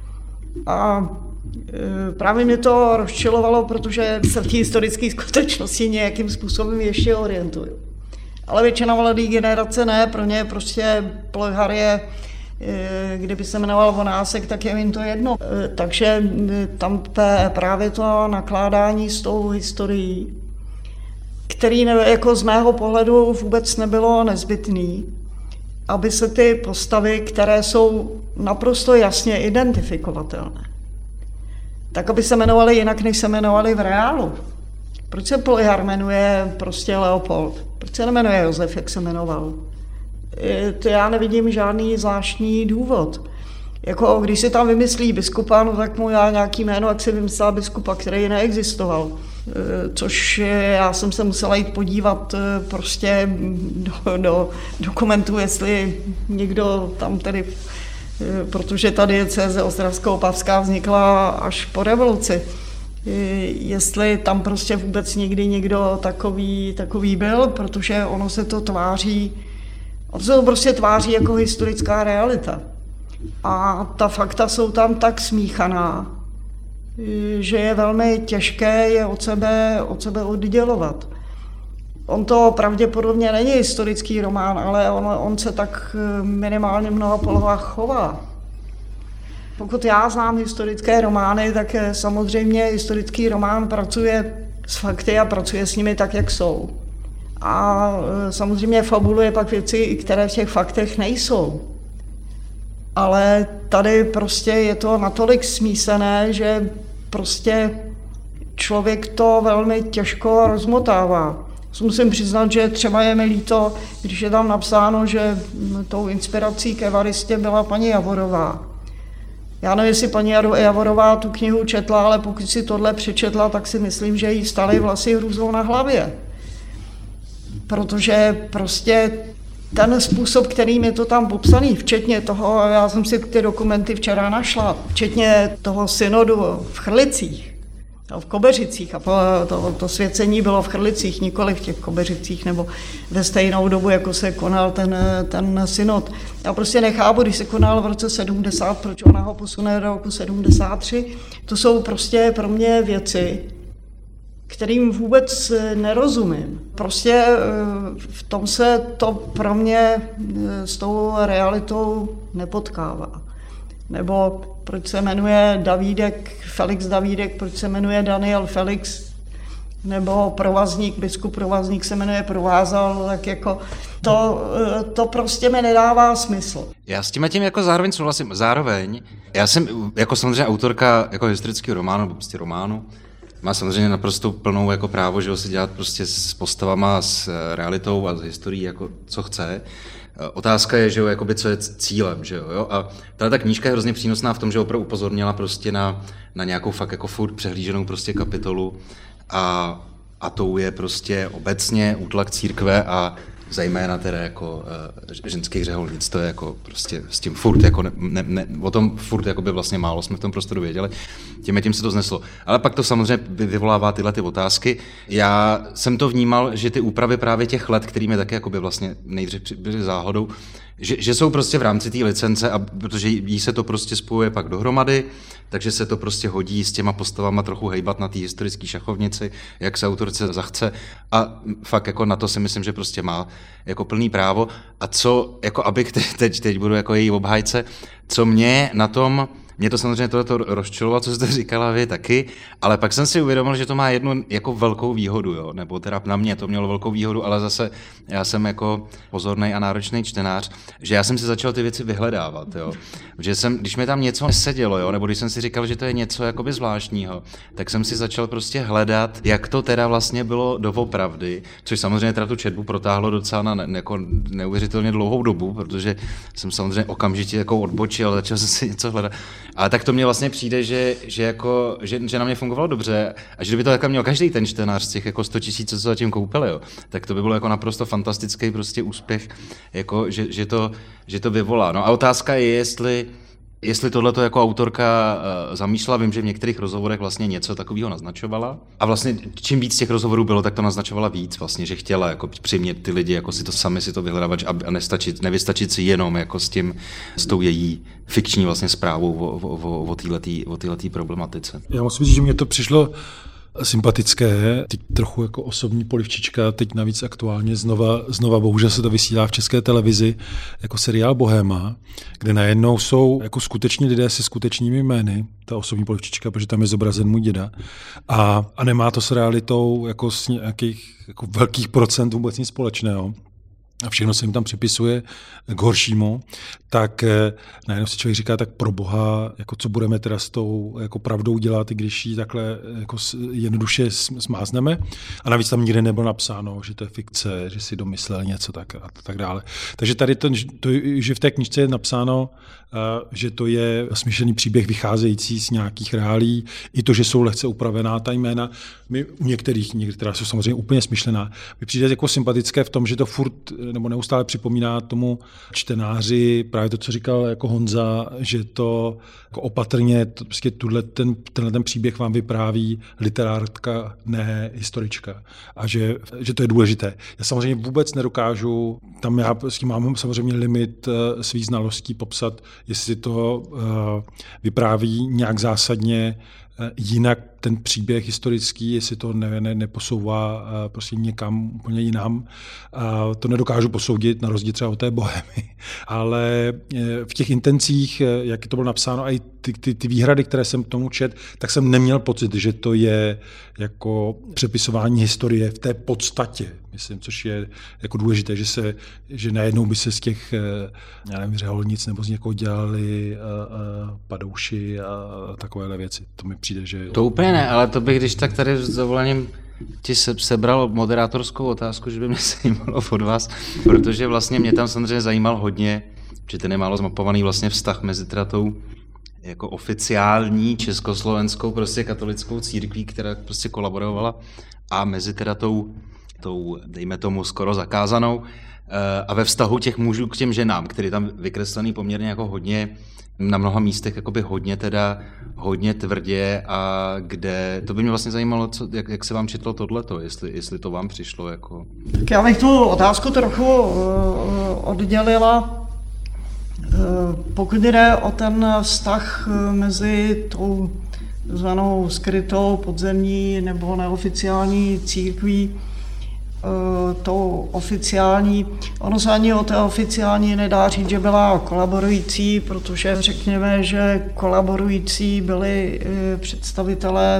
A právě mě to rozčilovalo, protože se v té historické skutečnosti nějakým způsobem ještě orientuju. Ale většina mladé generace ne, pro ně prostě Plojhar je, kdyby se jmenoval Vonásek, tak je jim to jedno. Takže tam právě to nakládání s tou historií, který ne, jako z mého pohledu vůbec nebylo nezbytný, aby se ty postavy, které jsou naprosto jasně identifikovatelné, tak aby se jmenovaly jinak, než se jmenovaly v reálu. Proč se Plojhar jmenuje prostě Leopold? Proč se nemenuje Josef, jak se jmenoval? To já nevidím žádný zvláštní důvod. Jako když si tam vymyslí biskupa, no tak mu já nějaký jméno, jak si vymyslela biskupa, který neexistoval. Což já jsem se musela jít podívat prostě do, do dokumentu, jestli někdo tam tedy, protože ta diecéze Ostravsko-Opavská vznikla až po revoluci, jestli tam prostě vůbec někdy někdo takový, takový byl, protože ono se to tváří, ono se to prostě tváří jako historická realita. A ta fakta jsou tam tak smíchaná, že je velmi těžké je od sebe, od sebe oddělovat. On to pravděpodobně není historický román, ale on, on se tak minimálně v mnoha polohách chová. Pokud já znám historické romány, tak samozřejmě historický román pracuje s fakty a pracuje s nimi tak, jak jsou. A samozřejmě fabuluje pak věci, které v těch faktech nejsou. Ale tady prostě je to natolik smísené, že prostě člověk to velmi těžko rozmotává. Musím přiznat, že třeba je mi líto, když je tam napsáno, že tou inspirací k Evaristě byla paní Javorová. Já nevím, jestli paní Javorová tu knihu četla, ale pokud si tohle přečetla, tak si myslím, že jí staly vlasy hrůzou na hlavě. Protože prostě ten způsob, kterým je to tam popsaný, včetně toho, já jsem si ty dokumenty včera našla, včetně toho synodu v Chrlicích, v Kobeřicích, a to, to svěcení bylo v Chrlicích, nikoli v těch Kobeřicích, nebo ve stejnou dobu, jako se konal ten, ten synod. Já prostě nechápu, když se konal v roce sedmdesát, proč ona ho posune do roku sedmdesát tři. To jsou prostě pro mě věci, kterým vůbec nerozumím. Prostě v tom se to pro mě s tou realitou nepotkává. Nebo proč se jmenuje Davídek, Felix Davídek, proč se jmenuje Daniel Felix, nebo provazník, biskup provazník se jmenuje Provázal, tak jako to, to prostě mi nedává smysl. Já s tím tím jako zároveň souhlasím. Zároveň, já jsem jako samozřejmě autorka jako historického románu, nebo prostě románu, má samozřejmě naprosto plnou jako právo, že ho si dělat prostě s postavama, s realitou a s historií, jako co chce. Otázka je, že jo, jakoby, co je cílem, že jo, jo? A tato knížka je hrozně přínosná v tom, že opravdu upozornila prostě na, na nějakou fakt jako furt přehlíženou prostě kapitolu a, a tou je prostě obecně útlak církve a zejména teda jako uh, ženských řeholnic, to je jako prostě s tím furt, jako ne, ne, ne, o tom furt jakoby vlastně málo jsme v tom prostoru věděli, tím tím se to zneslo. Ale pak to samozřejmě vyvolává tyhle ty otázky. Já jsem to vnímal, že ty úpravy právě těch let, kterými taky jakoby vlastně nejdřív byly záhodou, že, že jsou prostě v rámci té licence, a protože jí se to prostě spojuje pak dohromady, takže se to prostě hodí s těma postavama trochu hejbat na té historické šachovnici, jak se autorce zachce a fakt jako na to si myslím, že prostě má jako plný právo. A co, jako abych teď, teď budu jako její obhájce, co mě na tom, mě to samozřejmě tohleto rozčilovalo, co jste říkala vy taky, ale pak jsem si uvědomil, že to má jednu jako velkou výhodu, jo? Nebo teda na mě to mělo velkou výhodu, ale zase já jsem jako pozorný a náročný čtenář, že já jsem si začal ty věci vyhledávat, jo? Že jsem, když mi tam něco nesedělo, jo? Nebo když jsem si říkal, že to je něco jakoby zvláštního, tak jsem si začal prostě hledat, jak to teda vlastně bylo doopravdy, což samozřejmě teda tu četbu protáhlo docela na ne, jako neuvěřitelně dlouhou dobu, protože jsem samozřejmě okamžitě jako odbočil, začal jsem si něco hledat. Ale tak to mně vlastně přijde, že, že, jako, že, že na mě fungovalo dobře a že kdyby to jako měl každý ten čtenář z těch jako sto tisíc, co zatím koupili, jo, tak to by bylo jako naprosto fantastický prostě úspěch, jako, že, že, to, že to vyvolá. No a otázka je, jestli, jestli tohleto jako autorka uh, zamýšlela, vím, že v některých rozhovorech vlastně něco takového naznačovala a vlastně čím víc těch rozhovorů bylo, tak to naznačovala víc vlastně, že chtěla jako přimět ty lidi, jako si to sami si to vyhledávat a nestačit, nevystačit si jenom jako s tím, s tou její fikční vlastně zprávou o, o, o, o téhletý, o téhletý problematice. Já musím říct, že mě to přišlo sympatické, teď trochu jako osobní polivčička, teď navíc aktuálně znova, znova bohužel se to vysílá v České televizi jako seriál Bohéma, kde najednou jsou jako skuteční lidé se skutečnými jmény, ta osobní polivčička, protože tam je zobrazen můj děda a, a nemá to s realitou jako s nějakých jako velkých procent vůbec nic společného. A všechno se jim tam připisuje k horšímu, tak najednou si člověk říká, tak pro boha, jako co budeme teda s tou jako pravdou dělat, když ji takhle jako jednoduše smázneme. A navíc tam nikde nebylo napsáno, že to je fikce, že si domyslel něco tak a tak dále. Takže tady to, to že v té knižce je napsáno, že to je smyšlený příběh vycházející z nějakých reálí, i to, že jsou lehce upravená ta jména. My u některých, některá jsou samozřejmě úplně smyšlená. Mi přijde jako sympatické v tom, že to furt nebo neustále připomíná tomu čtenáři právě to, co říkal jako Honza, že to jako opatrně to, prostě tuhle, ten, tenhle ten příběh vám vypráví literárka, ne historička. A že, že to je důležité. Já samozřejmě vůbec nedokážu, tam já s tím mám samozřejmě limit uh, svých znalostí popsat, jestli to uh, vypráví nějak zásadně jinak ten příběh historický, jestli to ne, ne, neposouvá prostě někam úplně jinam. A to nedokážu posoudit, na rozdíl třeba od té Bohémy. Ale v těch intencích, jak to bylo napsáno, a i ty, ty, ty výhrady, které jsem k tomu čet, tak jsem neměl pocit, že to je jako přepisování historie v té podstatě, myslím, což je jako důležité, že se, že najednou by se z těch, já nevím, řeholnic nebo z někoho dělali a, a padouši a takovéhle věci. To mi přijde, že... To úplně ne, ale to bych, když tak tady s dovolením ti se, sebral moderátorskou otázku, že by mě zajímalo od vás, protože vlastně mě tam samozřejmě zajímal hodně, že ten je málo zmapovaný vlastně vztah mezi teda tou jako oficiální československou prostě katolickou církví, která prostě kolaborovala a mezi teda tou, tou dejme tomu skoro zakázanou a ve vztahu těch mužů k těm ženám, který tam vykreslený poměrně jako hodně na mnoha místech jakoby hodně teda, hodně tvrdě a kde, to by mě vlastně zajímalo, co, jak, jak se vám četlo tohleto, jestli, jestli to vám přišlo jako... Tak já bych tu otázku trochu uh, oddělila. Uh, pokud jde o ten vztah mezi tou zvanou skrytou podzemní nebo neoficiální církví, tou oficiální. Ono se ani o té oficiální nedá říct, že byla kolaborující, protože řekněme, že kolaborující byli představitelé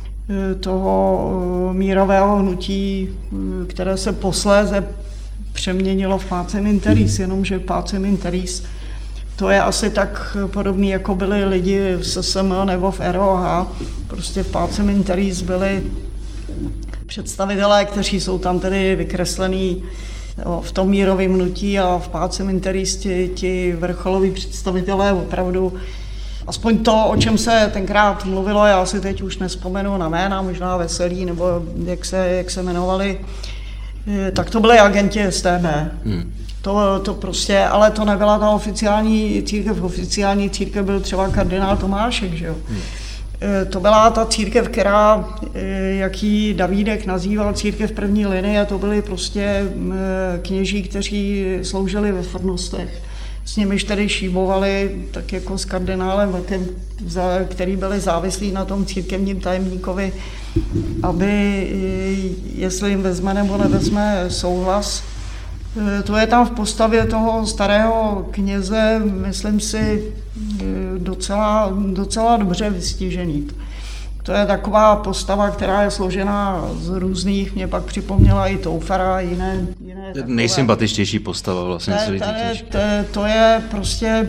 toho mírového hnutí, které se posléze přeměnilo v Pacem in Terris, jenomže Pacem in Terris To je asi tak podobný, jako byli lidi v S S M nebo v R O H. Prostě v Pacem Interis byli představitelé, kteří jsou tam tedy vykreslený v tom mírovém hnutí, a v Pacem Interis ti, ti vrcholoví představitelé opravdu, aspoň to, o čem se tenkrát mluvilo, já si teď už nespomenu na jména, možná Veselý, nebo jak se, jak se jmenovali, tak to byli agenti S T B. Hmm. To, to prostě, ale to nebyla ta oficiální církev. Oficiální církev byl třeba kardinál Tomášek, že jo. Hmm. To byla ta církev, která, jak ji Davídek nazýval, církev první linie, to byli prostě kněží, kteří sloužili ve farnostech. S nimiž tedy šíbovali, tak jako s kardinálem Vlkem, který byli závislí na tom církevním tajemníkovi, aby, jestli jim vezme nebo nevezme souhlas. To je tam v postavě toho starého kněze, myslím si, docela, docela dobře vystižený. To je taková postava, která je složená z různých, mě pak připomněla i Toufara, jiné, jiné takové. Nejsympatičtější postava vlastně. To, to, to, to je prostě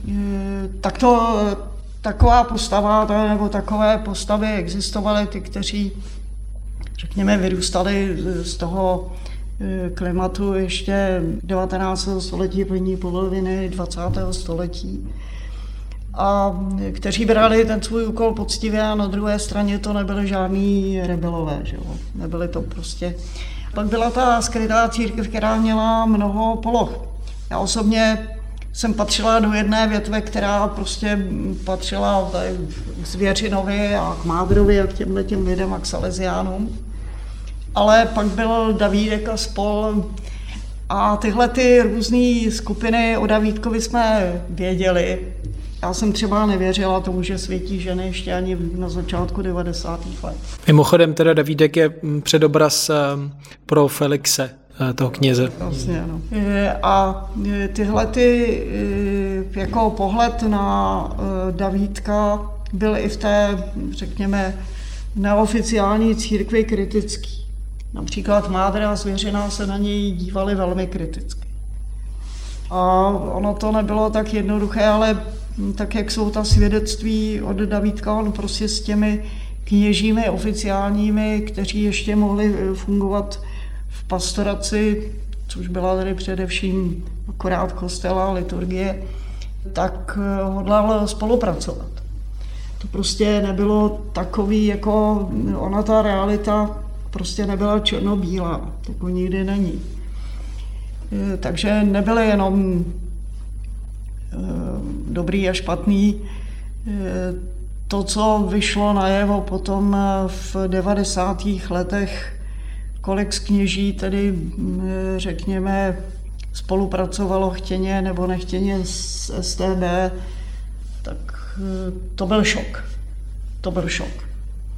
takto, taková postava, nebo takové postavy existovaly, ty, kteří, řekněme, vyrůstali z toho klimatu ještě devatenáctého století, první poloviny dvacátého století. A kteří brali ten svůj úkol poctivě, a na druhé straně to nebyly žádný rebelové, že jo? Nebyly to prostě. Pak byla ta skrytá církev, která měla mnoho poloh. Já osobně jsem patřila do jedné větve, která prostě patřila k Zvěřinovi a k Mádrovi a k těmhle těm lidem a k Salesiánům. Ale pak byl Davídek a spol. A tyhle ty různé skupiny o Davídkovi jsme věděli. Já jsem třeba nevěřila tomu, že světí ženy ještě ani na začátku devadesátých let. Mimochodem teda Davídek je předobraz pro Felixe, toho kněze. Vlastně, ano. A tyhle ty, jako pohled na Davídka byl i v té, řekněme, neoficiální církvi kritický. Například Mádra a Zvěřina se na něj dívali velmi kriticky. A ono to nebylo tak jednoduché, ale tak, jak jsou ta svědectví od Davídka, on prostě s těmi kněžími oficiálními, kteří ještě mohli fungovat v pastoraci, což byla tady především akorát kostela, liturgie, tak hodlal spolupracovat. To prostě nebylo takový, jako ona ta realita prostě nebyla černobílá, jako nikdy není. Takže nebyly jenom dobrý a špatný. To, co vyšlo najevo potom v devadesátých letech, kolik z kněží tedy, řekněme, spolupracovalo chtěně nebo nechtěně s S T B, tak to byl šok. To byl šok.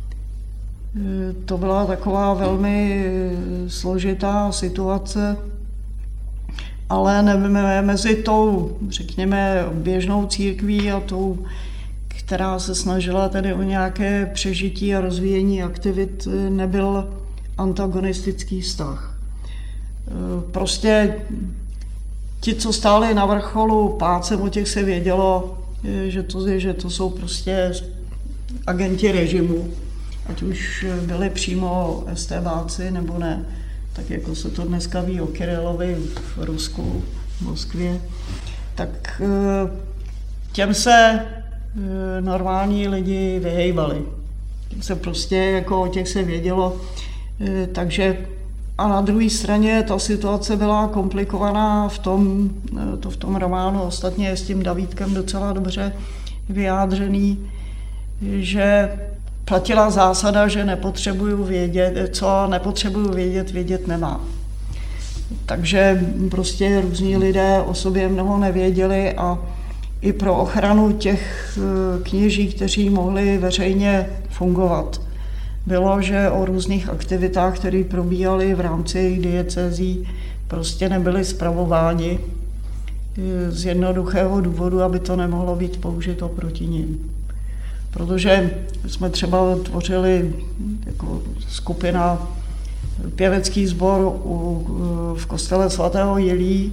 To byla taková velmi složitá situace, ale nevíme, mezi tou, řekněme, běžnou církví a tou, která se snažila tedy o nějaké přežití a rozvíjení aktivit, nebyl antagonistický vztah. Prostě ti, co stáli na vrcholu Pácem, o těch se vědělo, že to, že to jsou prostě agenti režimu, ať už byli přímo STBáci nebo ne, tak jako se to dneska ví o Kyrilovi v Rusku, v Moskvě, tak těm se normální lidi vyhejbali. Těm se prostě jako o těch se vědělo, takže a na druhé straně ta situace byla komplikovaná v tom, to v tom románu, ostatně je s tím Davídkem docela dobře vyjádřený, že platila zásada, že nepotřebuju vědět, co nepotřebuju vědět, vědět nemám. Takže prostě různí lidé o sobě mnoho nevěděli a i pro ochranu těch kněží, kteří mohli veřejně fungovat, bylo, že o různých aktivitách, které probíhaly v rámci jejich diecézí, prostě nebyly spravováni z jednoduchého důvodu, aby to nemohlo být použito proti nim. Protože jsme třeba tvořili jako skupina pěvecký sbor u, v kostele svatého Jilí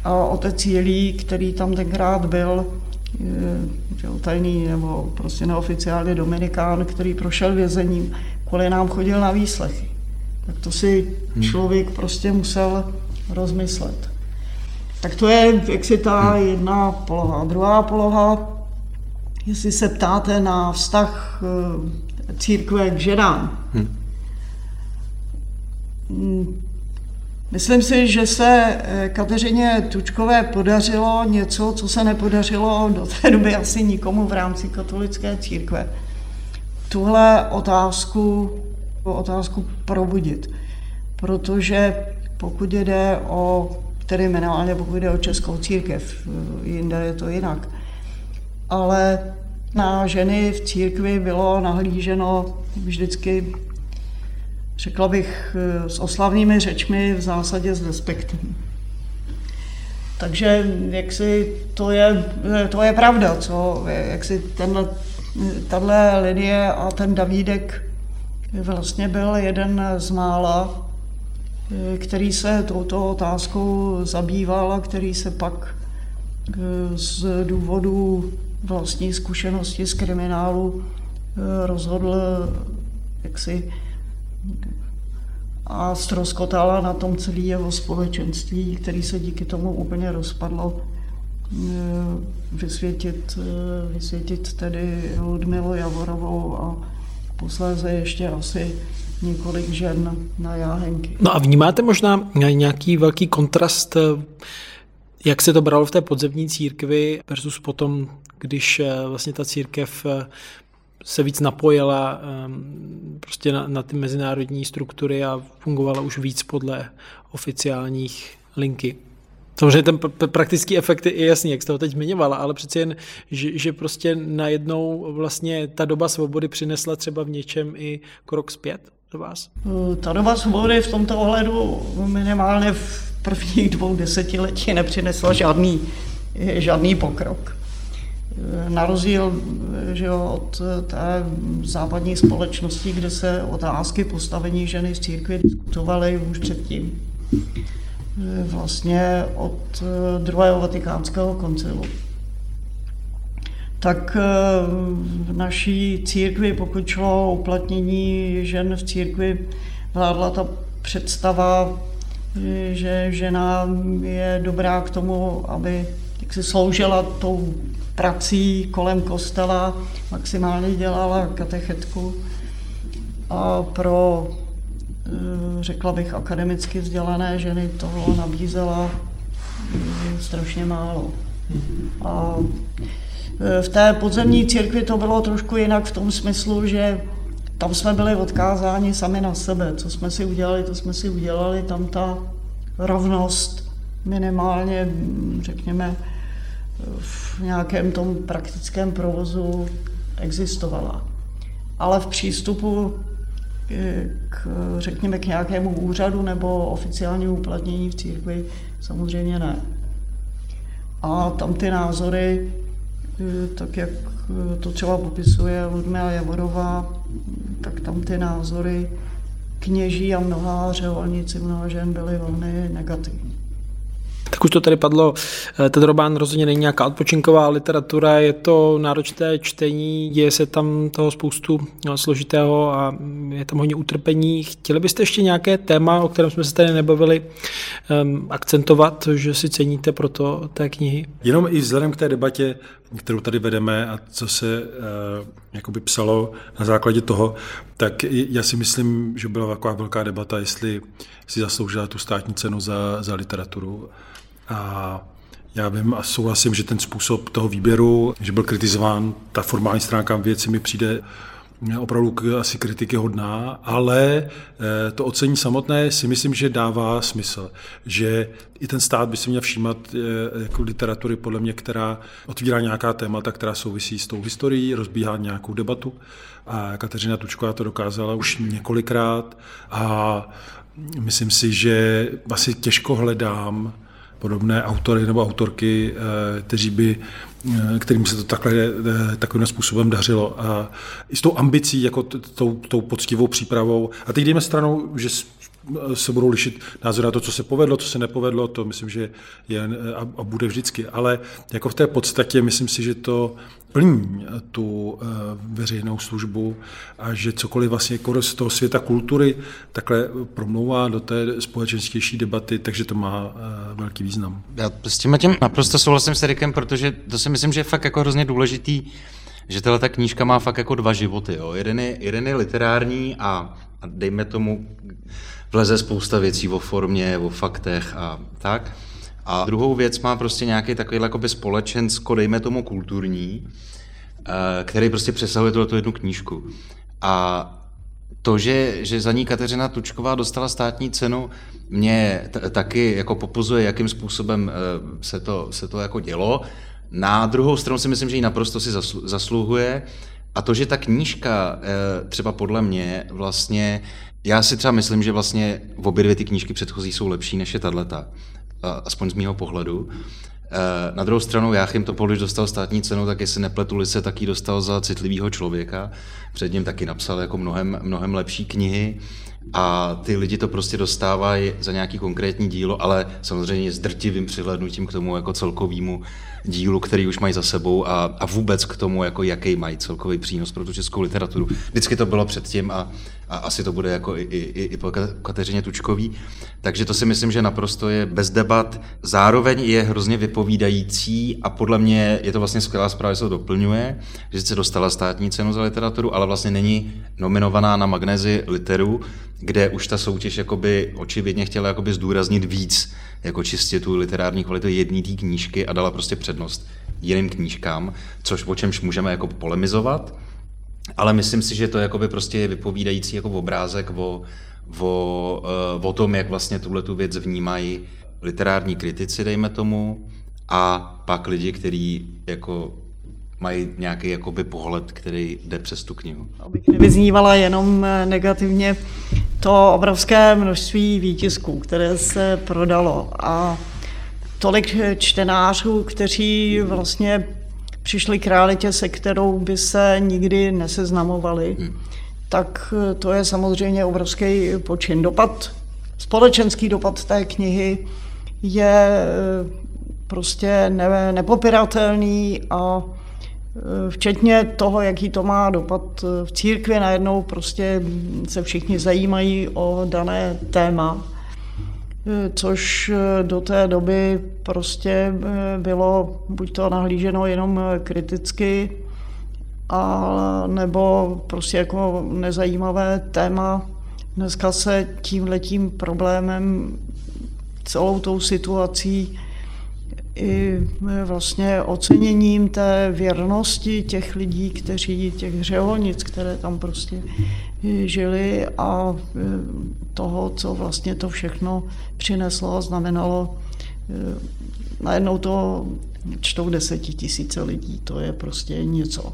A otec Jilí, který tam tenkrát byl, tajný nebo prostě neoficiálně dominikán, který prošel vězením, kvůli nám chodil na výslechy. Tak to si člověk prostě musel rozmyslet. Tak to je jaksi ta jedna poloha. Druhá poloha, jestli se ptáte na vztah církve k ženám. Hmm. Myslím si, že se Kateřině Tučkové podařilo něco, co se nepodařilo do té doby asi nikomu v rámci katolické církve. Tuhle otázku, otázku probudit. Protože pokud jde o, tedy minimálně pokud jde o českou církev, jinde je to jinak, ale na ženy v církvi bylo nahlíženo vždycky, řekla bych, s oslavnými řečmi, v zásadě s respektem. Takže jaksi to je, to je pravda, co, jaksi tenhle, tahle linie a ten Davídek vlastně byl jeden z mála, který se touto otázkou zabýval a který se pak z důvodu vlastní zkušenosti z kriminálu rozhodl jaksi a ztroskotala na tom celé jeho společenství, který se díky tomu úplně rozpadlo, vysvětit, vysvětit tedy Ludmilu Javorovou a posléze ještě asi několik žen na jáhenky. No a vnímáte možná nějaký velký kontrast, jak se to bralo v té podzemní církvi versus potom, když vlastně ta církev se víc napojila prostě na, na ty mezinárodní struktury a fungovala už víc podle oficiálních linky. Samozřejmě ten praktický efekt je jasný, jak jste ho teď zmiňovala, ale přeci jen, že, že prostě najednou vlastně ta doba svobody přinesla třeba v něčem i krok zpět do vás? Ta doba svobody v tomto ohledu minimálně v prvních dvou desetiletí nepřinesla žádný, žádný pokrok. Na rozdíl, že jo, od té západní společnosti, kde se otázky postavení ženy v církvi diskutovaly už předtím. Vlastně od druhého vatikánského koncilu. Tak v naší církvi, pokud šlo o uplatnění žen v církvi, vládla ta představa, že žena je dobrá k tomu, aby jak si sloužila tou prací kolem kostela, maximálně dělala katechetku a pro, řekla bych, akademicky vzdělané ženy toho nabízela strašně málo. A v té podzemní církvi to bylo trošku jinak v tom smyslu, že tam jsme byli odkázáni sami na sebe. Co jsme si udělali, to jsme si udělali. Tam ta rovnost minimálně, řekněme, v nějakém tom praktickém provozu existovala. Ale v přístupu k, řekněme, k nějakému úřadu nebo oficiálnímu uplatnění v církvi samozřejmě ne. A tam ty názory, tak jak to třeba popisuje Ludmila Javorová, tak tam ty názory kněží a mnoha řeholníci, mnoha žen byly velmi negativní. Tak už to tady padlo, ten román rozhodně není nějaká odpočinková literatura, je to náročné čtení, děje se tam toho spoustu složitého a je tam hodně utrpení. Chtěli byste ještě nějaké téma, o kterém jsme se tady nebavili, um, akcentovat, že si ceníte proto té knihy? Jenom i vzhledem k té debatě, kterou tady vedeme a co se uh, jakoby psalo na základě toho, tak já si myslím, že byla taková velká debata, jestli si zasloužila tu státní cenu za, za literaturu. A já vím a souhlasím, že ten způsob toho výběru, že byl kritizován, ta formální stránka věci mi přijde opravdu asi kritiky hodná, ale to ocení samotné si myslím, že dává smysl, že i ten stát by si měl všímat jako literatury, podle mě, která otvírá nějaká témata, která souvisí s tou historií, rozbíhá nějakou debatu. A Kateřina Tučková to dokázala už několikrát a myslím si, že asi těžko hledám podobné autory nebo autorky, kteří by, kterým se to takhle, takovým způsobem dařilo. A i s tou ambicí, jako tou, tou poctivou přípravou. A teď jdeme stranou, že se budou lišit názory na to, co se povedlo, co se nepovedlo, to myslím, že je a, a bude vždycky. Ale jako v té podstatě myslím si, že to plní tu uh, veřejnou službu a že cokoliv vlastně jako z toho světa kultury takhle promlouvá do té společenstější debaty, takže to má uh, velký význam. Já s tím tím naprosto souhlasím s Erikem, protože to si myslím, že je fakt jako hrozně důležitý, že tato knížka má fakt jako dva životy. Jo. Jeden, je, jeden je literární a, a dejme tomu vleze spousta věcí o formě, o faktech a tak. A druhou věc má prostě nějaký takový jakoby společensko, dejme tomu kulturní, který prostě přesahuje tuto jednu knížku. A to, že, že za ní Kateřina Tučková dostala státní cenu, mě t- taky jako popuzuje, jakým způsobem se to, se to jako dělo. Na druhou stranu si myslím, že ji naprosto si zaslu- zasluhuje. A to, že ta knížka třeba podle mě vlastně, já si třeba myslím, že vlastně obě dvě ty knížky předchozí jsou lepší, než je tato, aspoň z mýho pohledu. Na druhou stranu Jáchym Topol, když dostal státní cenu, tak jestli nepletuli se, tak ji dostal za citlivýho člověka. Před ním taky napsal jako mnohem, mnohem lepší knihy a ty lidi to prostě dostávají za nějaký konkrétní dílo, ale samozřejmě s drtivým přihlédnutím k tomu jako celkovému dílu, který už mají za sebou a, a vůbec k tomu, jako jaký mají celkový přínos pro tu českou literaturu. Vždycky to bylo předtím a, a asi to bude jako i, i, i po Kateřině Tučkový. Takže to si myslím, že naprosto je bez debat. Zároveň je hrozně vypovídající a podle mě je to vlastně skvělá zpráva, že se to doplňuje, že se dostala státní cenu za literaturu, ale vlastně není nominovaná na Magnézi Literu, kde už ta soutěž jakoby očividně chtěla jakoby zdůraznit víc jako čistě tu literární kvalitu jedné té knížky a dala prostě přednost jiným knížkám, což o čemž můžeme jako polemizovat, ale myslím si, že to jakoby prostě je vypovídající jako obrázek o, o, o tom, jak vlastně tuhletu věc vnímají literární kritici, dejme tomu, a pak lidi, kteří jako mají nějaký jakoby pohled, který jde přes tu knihu. Abych nevyznívala jenom negativně, to obrovské množství výtisků, které se prodalo a tolik čtenářů, kteří vlastně přišli k realitě, se kterou by se nikdy neseznamovali, hmm. tak to je samozřejmě obrovský počin. Dopad, společenský dopad té knihy je prostě ne, nepopiratelný a včetně toho, jaký to má dopad v církvi, najednou prostě se všichni zajímají o dané téma, což do té doby prostě bylo buď to nahlíženo jenom kriticky, a nebo prostě jako nezajímavé téma. Dneska se tímhletím problémem, celou tou situací i vlastně oceněním té věrnosti těch lidí, kteří, těch řeholnic, které tam prostě žili a toho, co vlastně to všechno přineslo a znamenalo. Najednou to čtou desetitisíce lidí, to je prostě něco.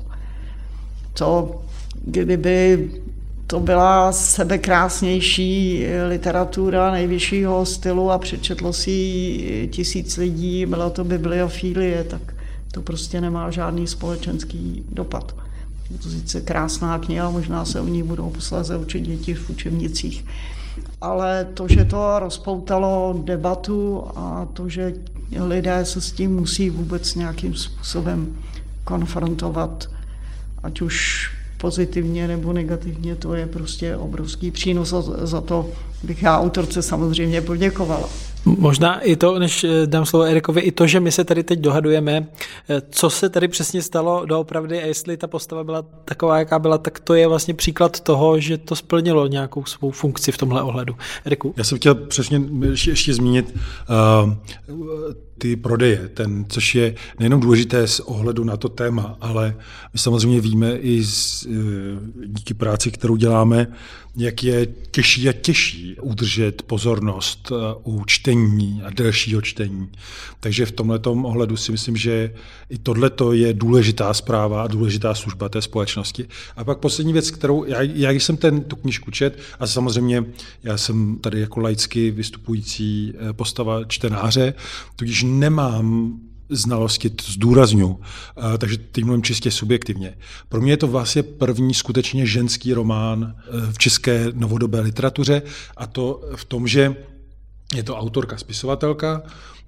Co kdyby to byla sebekrásnější literatura nejvyššího stylu a přečetlo si tisíc lidí, byla to bibliofílie, tak to prostě nemá žádný společenský dopad. Je to sice krásná kniha, možná se o ní budou posléze učit děti v učebnicích, ale to, že to rozpoutalo debatu a to, že lidé se s tím musí vůbec nějakým způsobem konfrontovat, ať už pozitivně nebo negativně, to je prostě obrovský přínos a za to bych já autorce samozřejmě poděkovala. Možná i to, než dám slovo Erikovi, i to, že my se tady teď dohadujeme, co se tady přesně stalo doopravdy a jestli ta postava byla taková, jaká byla, tak to je vlastně příklad toho, že to splnilo nějakou svou funkci v tomhle ohledu. Eriku? Já jsem chtěl přesně ještě, ještě zmínit uh, ty prodeje, ten, což je nejenom důležité z ohledu na to téma, ale my samozřejmě víme i z, uh, díky práci, kterou děláme, jak je těžší a těžší udržet pozornost u čtení a delšího čtení. Takže v tomhletom ohledu si myslím, že i tohleto je důležitá zpráva a důležitá služba té společnosti. A pak poslední věc, kterou já, já jsem ten, tu knížku čet a samozřejmě já jsem tady jako laicky vystupující postava čtenáře, tudíž nemám znalosti zdůrazňuji, takže teď mluvím čistě subjektivně. Pro mě je to vlastně první skutečně ženský román v české novodobé literatuře a to v tom, že je to autorka, spisovatelka,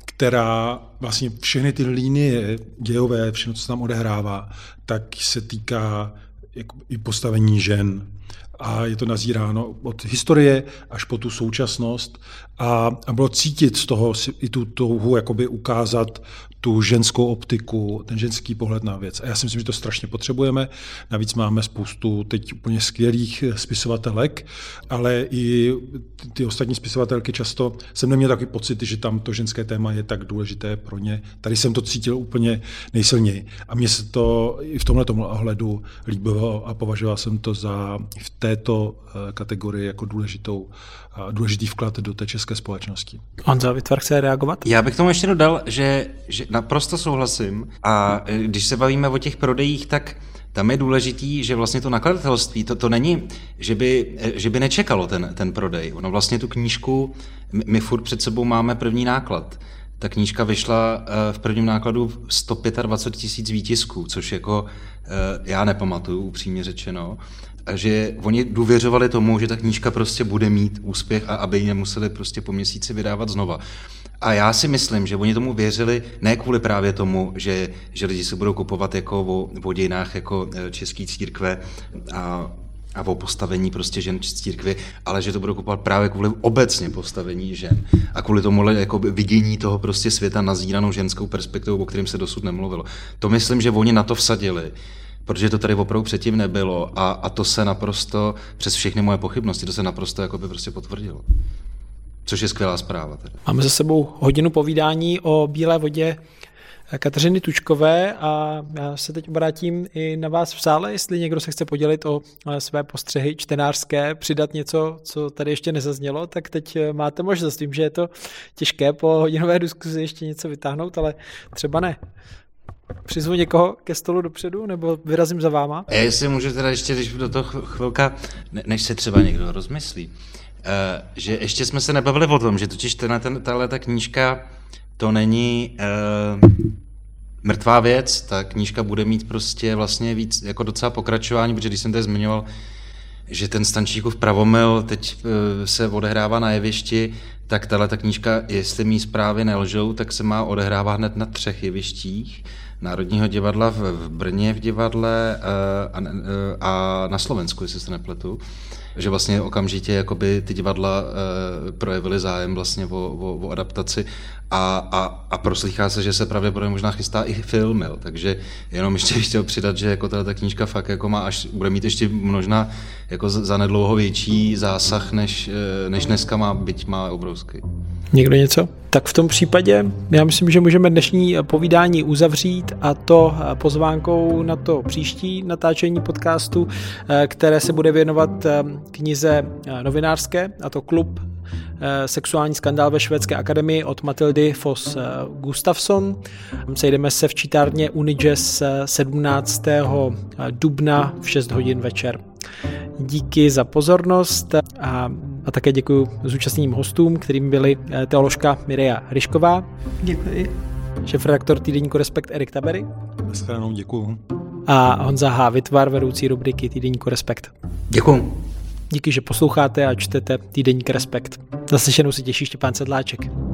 která vlastně všechny ty linie dějové, všechno, co se tam odehrává, tak se týká jako i postavení žen. A je to nazíráno od historie až po tu současnost a, a bylo cítit z toho i tu touhu jakoby ukázat tu ženskou optiku, ten ženský pohled na věc. A já si myslím, že to strašně potřebujeme. Navíc máme spoustu teď úplně skvělých spisovatelek, ale i ty ostatní spisovatelky často jsem neměl takový pocit, že tam to ženské téma je tak důležité pro ně. Tady jsem to cítil úplně nejsilněji. A mně se to i v tomhletom ohledu líbilo a považoval jsem to za v této kategorii jako důležitou, důležitý vklad do té české společnosti. Honza Witwer chce reagovat? Já bych tomu ještě dodal, že, že naprosto souhlasím a když se bavíme o těch prodejích, tak tam je důležitý, že vlastně to nakladatelství, to, to není, že by, že by nečekalo ten, ten prodej. Ono vlastně tu knížku, my, my furt před sebou máme první náklad. Ta knížka vyšla v prvním nákladu sto dvacet pět tisíc výtisků, což jako já nepamatuju, upřímně řečeno. A že oni důvěřovali tomu, že ta knížka prostě bude mít úspěch a aby ji nemuseli prostě po měsíci vydávat znova. A já si myslím, že oni tomu věřili ne kvůli právě tomu, že, že lidi se budou kupovat jako o, o dějinách jako české církve a, a o postavení prostě žen z církvy, ale že to budou kupovat právě kvůli obecně postavení žen a kvůli tomu jako vidění toho prostě světa nazíranou ženskou perspektivou, o kterém se dosud nemluvilo. To myslím, že oni na to vsadili, protože to tady opravdu předtím nebylo a, a to se naprosto, přes všechny moje pochybnosti, to se naprosto jakoby prostě potvrdilo. Což je skvělá zpráva. Tedy. Máme za sebou hodinu povídání o Bílé vodě Kateřiny Tučkové a já se teď obrátím i na vás v sále, jestli někdo se chce podělit o své postřehy čtenářské, přidat něco, co tady ještě nezaznělo, tak teď máte možnost. Vím, že je to těžké po hodinové diskuzi ještě něco vytáhnout, ale třeba ne. Přizvu někoho ke stolu dopředu, nebo vyrazím za váma? Já jestli můžu teda ještě, když do toho chvilka, než se třeba někdo rozmyslí, uh, že ještě jsme se nebavili o tom, že totiž tenhle, ten, tahle ta knížka, to není uh, mrtvá věc, ta knížka bude mít prostě vlastně víc, jako docela pokračování, protože když jsem tady zmiňoval, že ten Stančíkův pravomyl teď uh, se odehrává na jevišti, tak tahle ta knížka, jestli mý zprávy nelžou, tak se má odehrávat hned na třech jevištích. Národního divadla v Brně v divadle a, a na Slovensku, jestli se nepletu. Že vlastně okamžitě jakoby ty divadla projevily zájem vlastně o, o, o adaptaci a, a, a proslýchá se, že se pravděpodobně možná chystá i film, jo. Takže jenom ještě chtěl přidat, že jako ta knížka fakt jako má až, bude mít ještě možná jako za nedlouho větší zásah, než, než dneska má, byť má obrovský. Někdo něco? Tak v tom případě já myslím, že můžeme dnešní povídání uzavřít a to pozvánkou na to příští natáčení podcastu, které se bude věnovat knize novinářské, a to Klub sexuální skandál ve Švédské akademii od Matildy Foss Gustafsson. Sejdeme se v čítárně Unijazz sedmnáctého dubna v šest hodin večer. Díky za pozornost a, a také děkuji zúčastněným hostům, kterým byli teoložka Mireja Hryšková. Děkuji. Šéfredaktor týdeníku Respekt Erik Tabery. Naschledanou, děkuji. A Honza H. Witwer, vedoucí rubriky týdeníku Respekt. Děkuji. Díky, že posloucháte a čtete týdeník Respekt. Naslyšenou se těší Štěpán Sedláček.